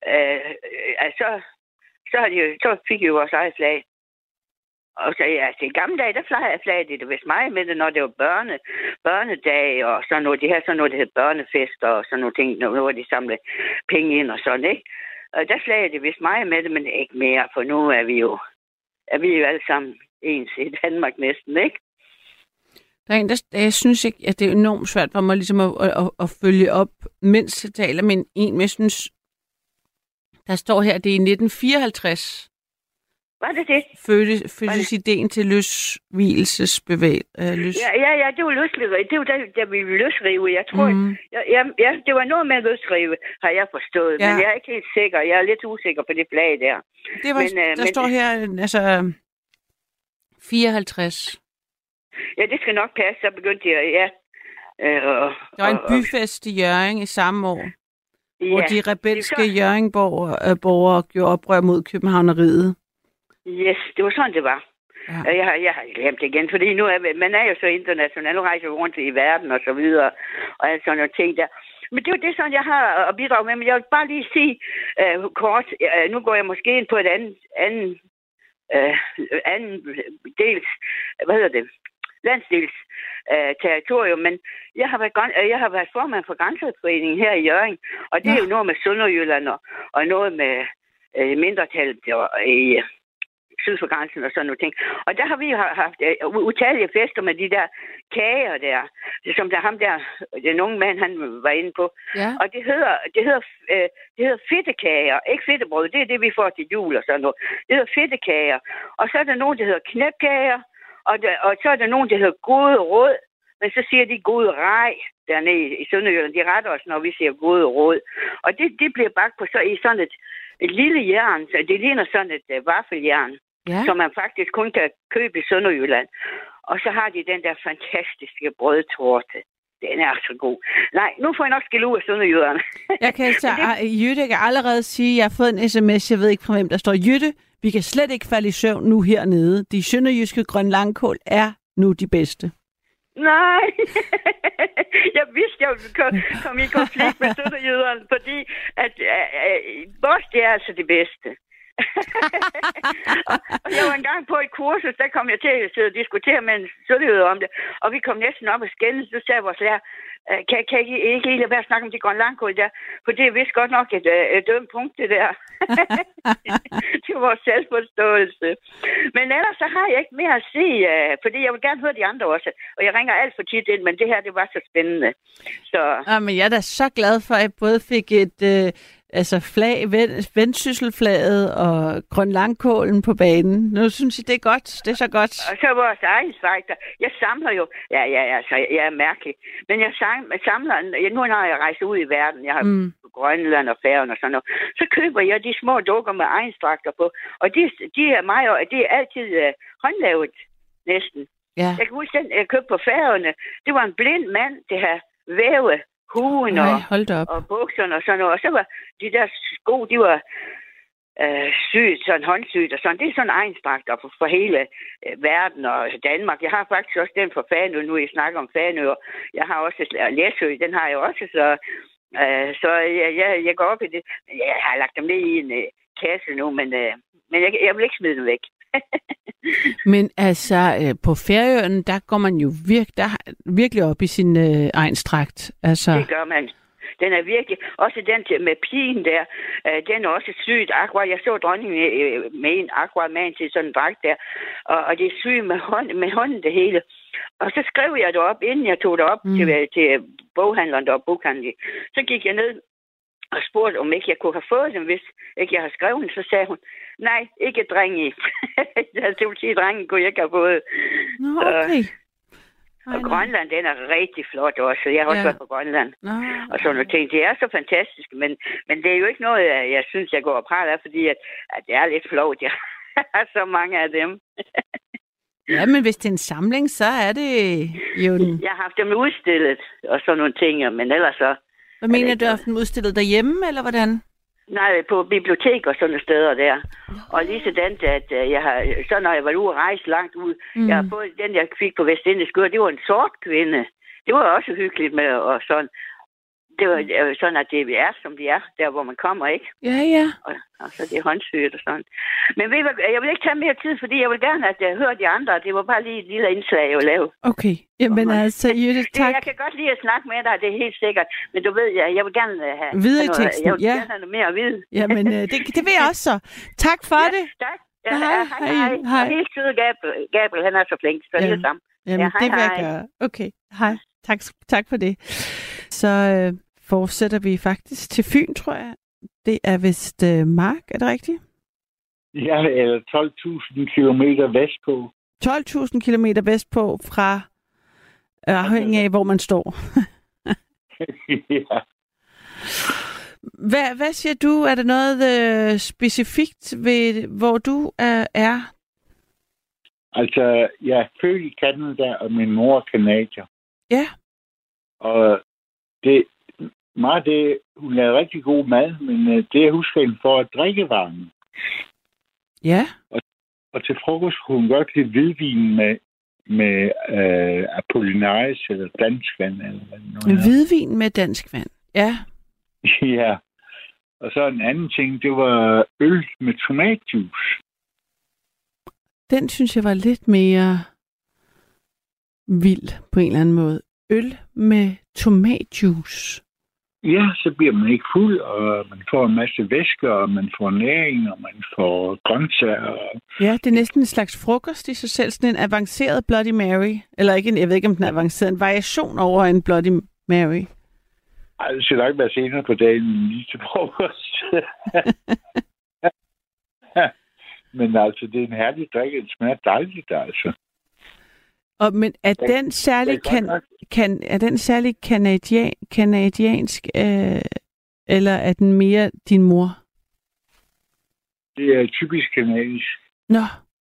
Så fik vi jo vores eget flag. Og så i gamle dage, der flagede det vist mig med det, når det var børnedag, og sådan noget. De havde sådan noget, der hed børnefest, og sådan nogle ting, hvor de samlede penge ind og sådan, ikke? Og der flagede det vist mig med det, men ikke mere, for nu er vi jo alle sammen ens i Danmark næsten, ikke? Der er en, jeg synes ikke, at det er enormt svært for mig ligesom at følge op, mens jeg taler med en, jeg synes, der står her, det er i 1954. Var det? Fødtes ideen til løsvielsesbevægelse. Ja, det var løsrive. Det var da vi ville løsrive. Jeg tror, det var noget med løsrive, har jeg forstået. Ja. Men jeg er ikke helt sikker. Jeg er lidt usikker på det flag der. Det var, der står her, altså, 54. Ja, det skal nok passe. Så begyndte jeg, der var en byfest i Hjørring i samme år. hvor de rebelske Hjørringborgere gjorde oprør mod københavneriet. Yes, det var sådan, det var. Ja. Jeg har glemt det igen, fordi nu man er jo så international, nu rejser rundt i verden og så videre, og alt sådan nogle ting der. Men det er jo det, sådan, jeg har at bidrage med, men jeg vil bare lige sige kort, nu går jeg måske ind på et anden dels, landsdels territorium, men jeg har været formand for Grænseforeningen her i Hjørring, og det er jo noget med Sønderjylland og noget med mindretallet i syd for grænsen og sådan noget ting. Og der har vi haft utallige fester med de der kager der, som der ham der, den unge mand, han var inde på. Ja. Og det hedder fedtekager, ikke fedtebrød, det er det, vi får til jul og sådan noget. Det hedder fedtekager. Og så er der nogen, der hedder knæpkager, og så er der nogen, der hedder gode råd, men så siger de gode rej dernede i Sønderjylland. De retter os, når vi siger gode råd. Og det bliver bagt på i sådan et lille jern, så det ligner sådan et vaffeljern, som man faktisk kun kan købe i Sønderjylland. Og så har de den der fantastiske brødtorte. Den er så god. Nej, nu får jeg nok skille ud af sønderjyderne. Jeg kan Jytte kan allerede sige, at jeg har fået en sms, jeg ved ikke fra hvem, der står, Jytte, vi kan slet ikke falde i søvn nu hernede. De sønderjyske grønlandkål er nu de bedste. Nej, jeg vidste, jeg ville komme i konflikt med sønderjyderne, fordi at vores, det er altså det bedste. Og jeg var engang på et kursus, der kom jeg til at sidde og diskutere med en sønderjyder om det, og vi kom næsten op og skændes. Så sagde vores lærer, kan I ikke lade være at snakke om de grønlandkål der, for det er vist godt nok et dømt punkt, det der. Det var vores selvforståelse. Men ellers så har jeg ikke mere at sige, fordi jeg vil gerne høre de andre også, og jeg ringer alt for tit ind, men det her, det var så spændende. Så... Ja, men jeg er da så glad for, at jeg både fik et... flag, vendsysselflaget og grønlandkålen på banen. Nu synes jeg, det er godt. Det er så godt. Og så vores egen strækter. Jeg samler jo... Altså, jeg er mærkelig. Men jeg samler... Nu når jeg rejser ud i verden, jeg har Grønland og Færøerne og sådan noget, så køber jeg de små dukker med egen strækter på. Og de er altid håndlavet, næsten. Ja. Jeg kan huske den, jeg købte på Færøerne. Det var en blind mand, det her væve huen og bukserne og sådan noget. Og så var de der sko, de var syet, sådan håndsyet og sådan. Det er sådan en egenstrakt for hele verden og Danmark. Jeg har faktisk også den for Fanø, nu jeg snakker om Fanø. Jeg har også Læsø, den har jeg også, så jeg går op i det. Jeg har lagt dem ned i en kasse nu, men jeg vil ikke smide dem væk. Men altså, på Færøerne, der går man jo virkelig op i sin egenstrakt. Altså... Det gør man. Den er virkelig... Også den med pigen der, den er også sygt akkurat. Jeg så dronningen med en akkurat man til sådan en dragt der, og det er sygt med hånden det hele. Og så skrev jeg det op, inden jeg tog det op til boghandleren deroppe, boghandlen. Så gik jeg ned og spurgte, om ikke jeg kunne have fået dem, hvis ikke jeg har skrevet den. Så sagde hun, nej, ikke dreng i. Det vil sige, at drengen kunne jeg ikke have fået. Nå, okay. Og Grønland, den er rigtig flot også. Jeg har også været på Grønland. Og sådan nogle ting. Det er så fantastisk, men det er jo ikke noget, jeg synes, jeg går og praler af, fordi at det er lidt flot. Jeg har så mange af dem. Ja, men hvis det er en samling, så er det jo den... Jeg har haft dem udstillet og sådan nogle ting, men ellers så... Hvad mener du, har haft dem udstillet derhjemme, eller hvordan? Nej, på bibliotek og sådan nogle steder der. Og lige sådan, at jeg har, så når jeg var ude og rejse langt ud, jeg har fået den, jeg fik på Vestindisk, det var en sort kvinde. Det var også hyggeligt med, og sådan. Det var sådan, at det er, som de er, der hvor man kommer, ikke? Ja. Og så det er håndsyget og sådan. Men jeg vil ikke tage mere tid, fordi jeg vil gerne, at jeg hører de andre. Det var bare lige et lille indslag, jeg ville lave. Okay. Jamen altså, Jytte, tak. Jeg kan godt lide at snakke med dig, det er helt sikkert. Men du ved, jeg vil gerne have... Videre i teksten, jeg vil gerne have noget mere at vide. Jamen, det vil jeg også så. Tak for det. Tak. Hej. Og helt søde Gabriel, han er så flink. Så hele sammen. Jamen, det vil jeg gøre. Okay, hej. Tak for det. Så... fortsætter vi faktisk til Fyn, tror jeg. Det er vist Mark, er det rigtigt? Ja, eller 12.000 kilometer vestpå. 12.000 kilometer vestpå fra afhængig af, hvor man står. Ja. Hvad siger du? Er der noget specifikt ved, hvor du er? Altså, jeg er født i Canada, og min mor er canadier. Ja. Og hun lavede rigtig god mad, men det jeg husker hende for at drikkevaren. Ja. Og til frokost kunne hun godt lide hvidvin med Apollinaris eller dansk vand. Eller hvad det nu er. Hvidvin med dansk vand, ja. Ja. Og så en anden ting, det var øl med tomatjuice. Den synes jeg var lidt mere vild på en eller anden måde. Øl med tomatjuice. Ja, så bliver man ikke fuld, og man får en masse væske, og man får næring, og man får grøntsager. Ja, det er næsten en slags frokost i sig selv. Sådan en avanceret Bloody Mary. Eller ikke, jeg ved ikke, om den er avanceret. En variation over en Bloody Mary. Ej, det skal nok være senere på dagen, lige til frokost. Men altså, det er en herlig drik. Det smager dejligt, altså. Men er den særlig kanadiansk, eller er den mere din mor? Det er typisk kanadisk. Nå.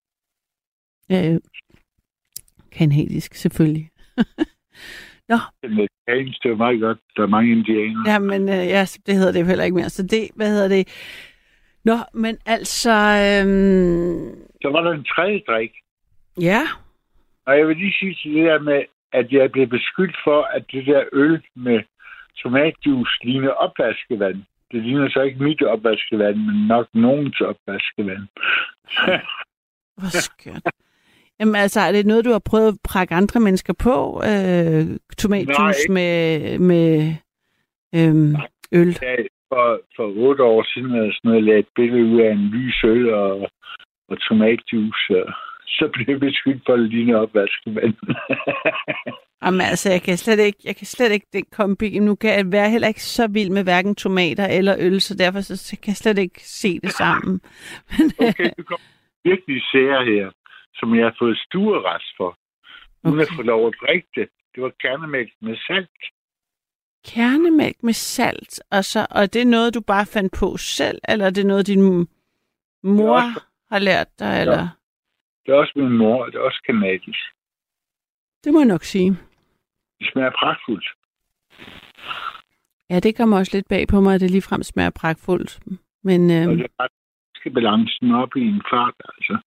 Kanadisk, selvfølgelig. Nå. Det er meget godt. Der er mange indianere. Ja, men det hedder det jo heller ikke mere. Så det, hvad hedder det? Nå, men altså... Så var der en tredje drik. Ja. Og jeg vil lige sige til det der med, at jeg blev beskyldt for, at det der øl med tomatjuice ligner opvaskevand. Det ligner så ikke mit opvaskevand, men nok nogens opvaskevand. Hvor skørt. Jamen altså, er det noget, du har prøvet at prakke andre mennesker på? Tomatjuice med øl? Ja, for 8 år siden havde jeg sådan noget, lavet et billede ud af en lys øl og tomatjuice, så blev jeg beskyldt for at ligne opvaskevand. Jamen altså, jeg kan slet ikke den kombi. Nu kan jeg være heller ikke så vild med hverken tomater eller øl, så derfor så kan jeg slet ikke se det sammen. Okay, du kommer virkelig sære her, som jeg har fået stuerest for. Hun har fået lov at drikke det. Det var kernemælk med salt. Kernemælk med salt? Og det er noget, du bare fandt på selv, eller er det noget, din mor har lært dig? Eller? Ja. Det er også min mor, og det er også kanadisk. Det må jeg nok sige. Det smager pragtfuldt. Ja, det kommer også lidt bag på mig, at det ligefrem smager pragtfuldt. Men, og det skal balancen op i en fart, altså.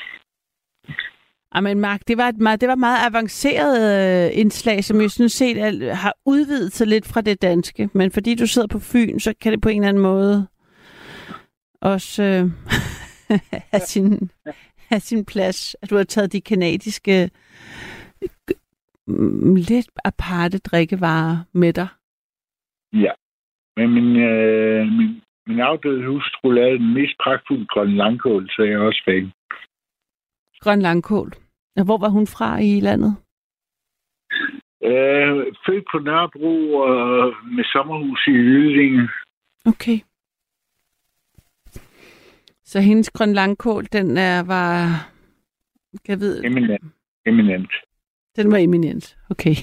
Men Mark, det var et meget avanceret indslag, som jeg synes set har udvidet sig lidt fra det danske. Men fordi du sidder på Fyn, så kan det på en eller anden måde også have sin plads. At du har taget de kanadiske lidt aparte drikkevarer med dig. Ja, men min afdøde hustru lavede den mest pragtfulde grøn langkål, så jeg er også fan. Grøn langkål. Og hvor var hun fra i landet? Født på Nørrebro og med sommerhus i Ydlinge. Okay. Så hendes grøn langkål, den var... Jeg ved... Eminent. Den var eminent. Okay.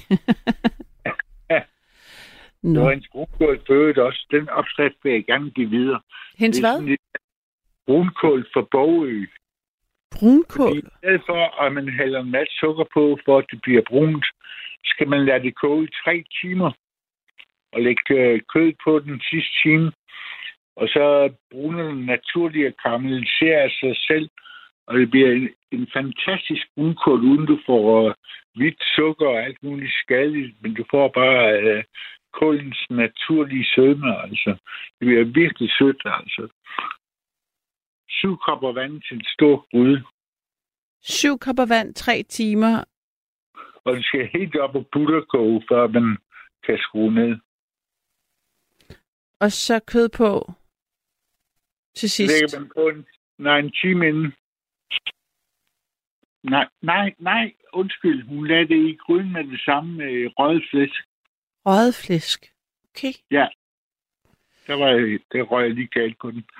Det var en brunkål født også. Den opskrift vil jeg gerne give videre. Hendes hvad? Brunkål for Bogø. Brunkål? I stedet for, at man hælder en masse sukker på, for at det bliver brunt, skal man lade det koge i 3 timer. Og lægge kød på den sidste time. Og så bruner den naturligt og karamelliserer sig selv. Og det bliver en fantastisk brunkål, uden du får hvidt sukker og alt muligt skadeligt. Men du får bare kålens naturlige sødme, altså. Det bliver virkelig sødt, altså. 7 kopper vand til en stor gryde. 7 kopper vand, 3 timer. Og det skal helt op og butterkoge, før man kan skrue ned. Og så kød på til sidst. Lægger man på en time inden. Nej, undskyld. Hun lagde det i gryden med det samme med røget flæsk. Røget flæsk? Okay. Ja. Der røg jeg lige galt på den.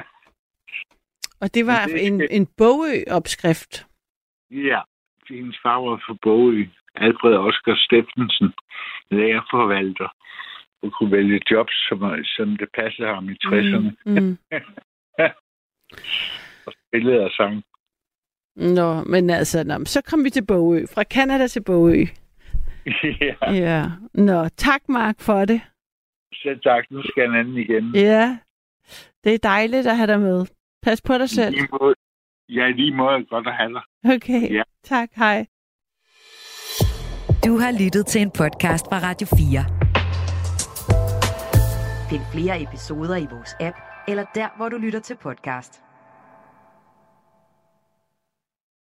Og det var en Bogø-opskrift? Ja, hendes far var fra Bogø. Alfred Oscar Steffensen, lærerforvalter, og kunne vælge jobs, som det passede ham i 60'erne. Og spillede og sang. Nå, men altså, så kom vi til Bogø. Fra Canada til Bogø. Ja. Nå, tak Mark for det. Selv tak. Nu skal en anden igen. Ja, det er dejligt at have dig med. Pas på dig selv. Lige måde godt at have dig. Okay, ja. Tak. Hej. Du har lyttet til en podcast fra Radio 4. Find flere episoder i vores app, eller der, hvor du lytter til podcast.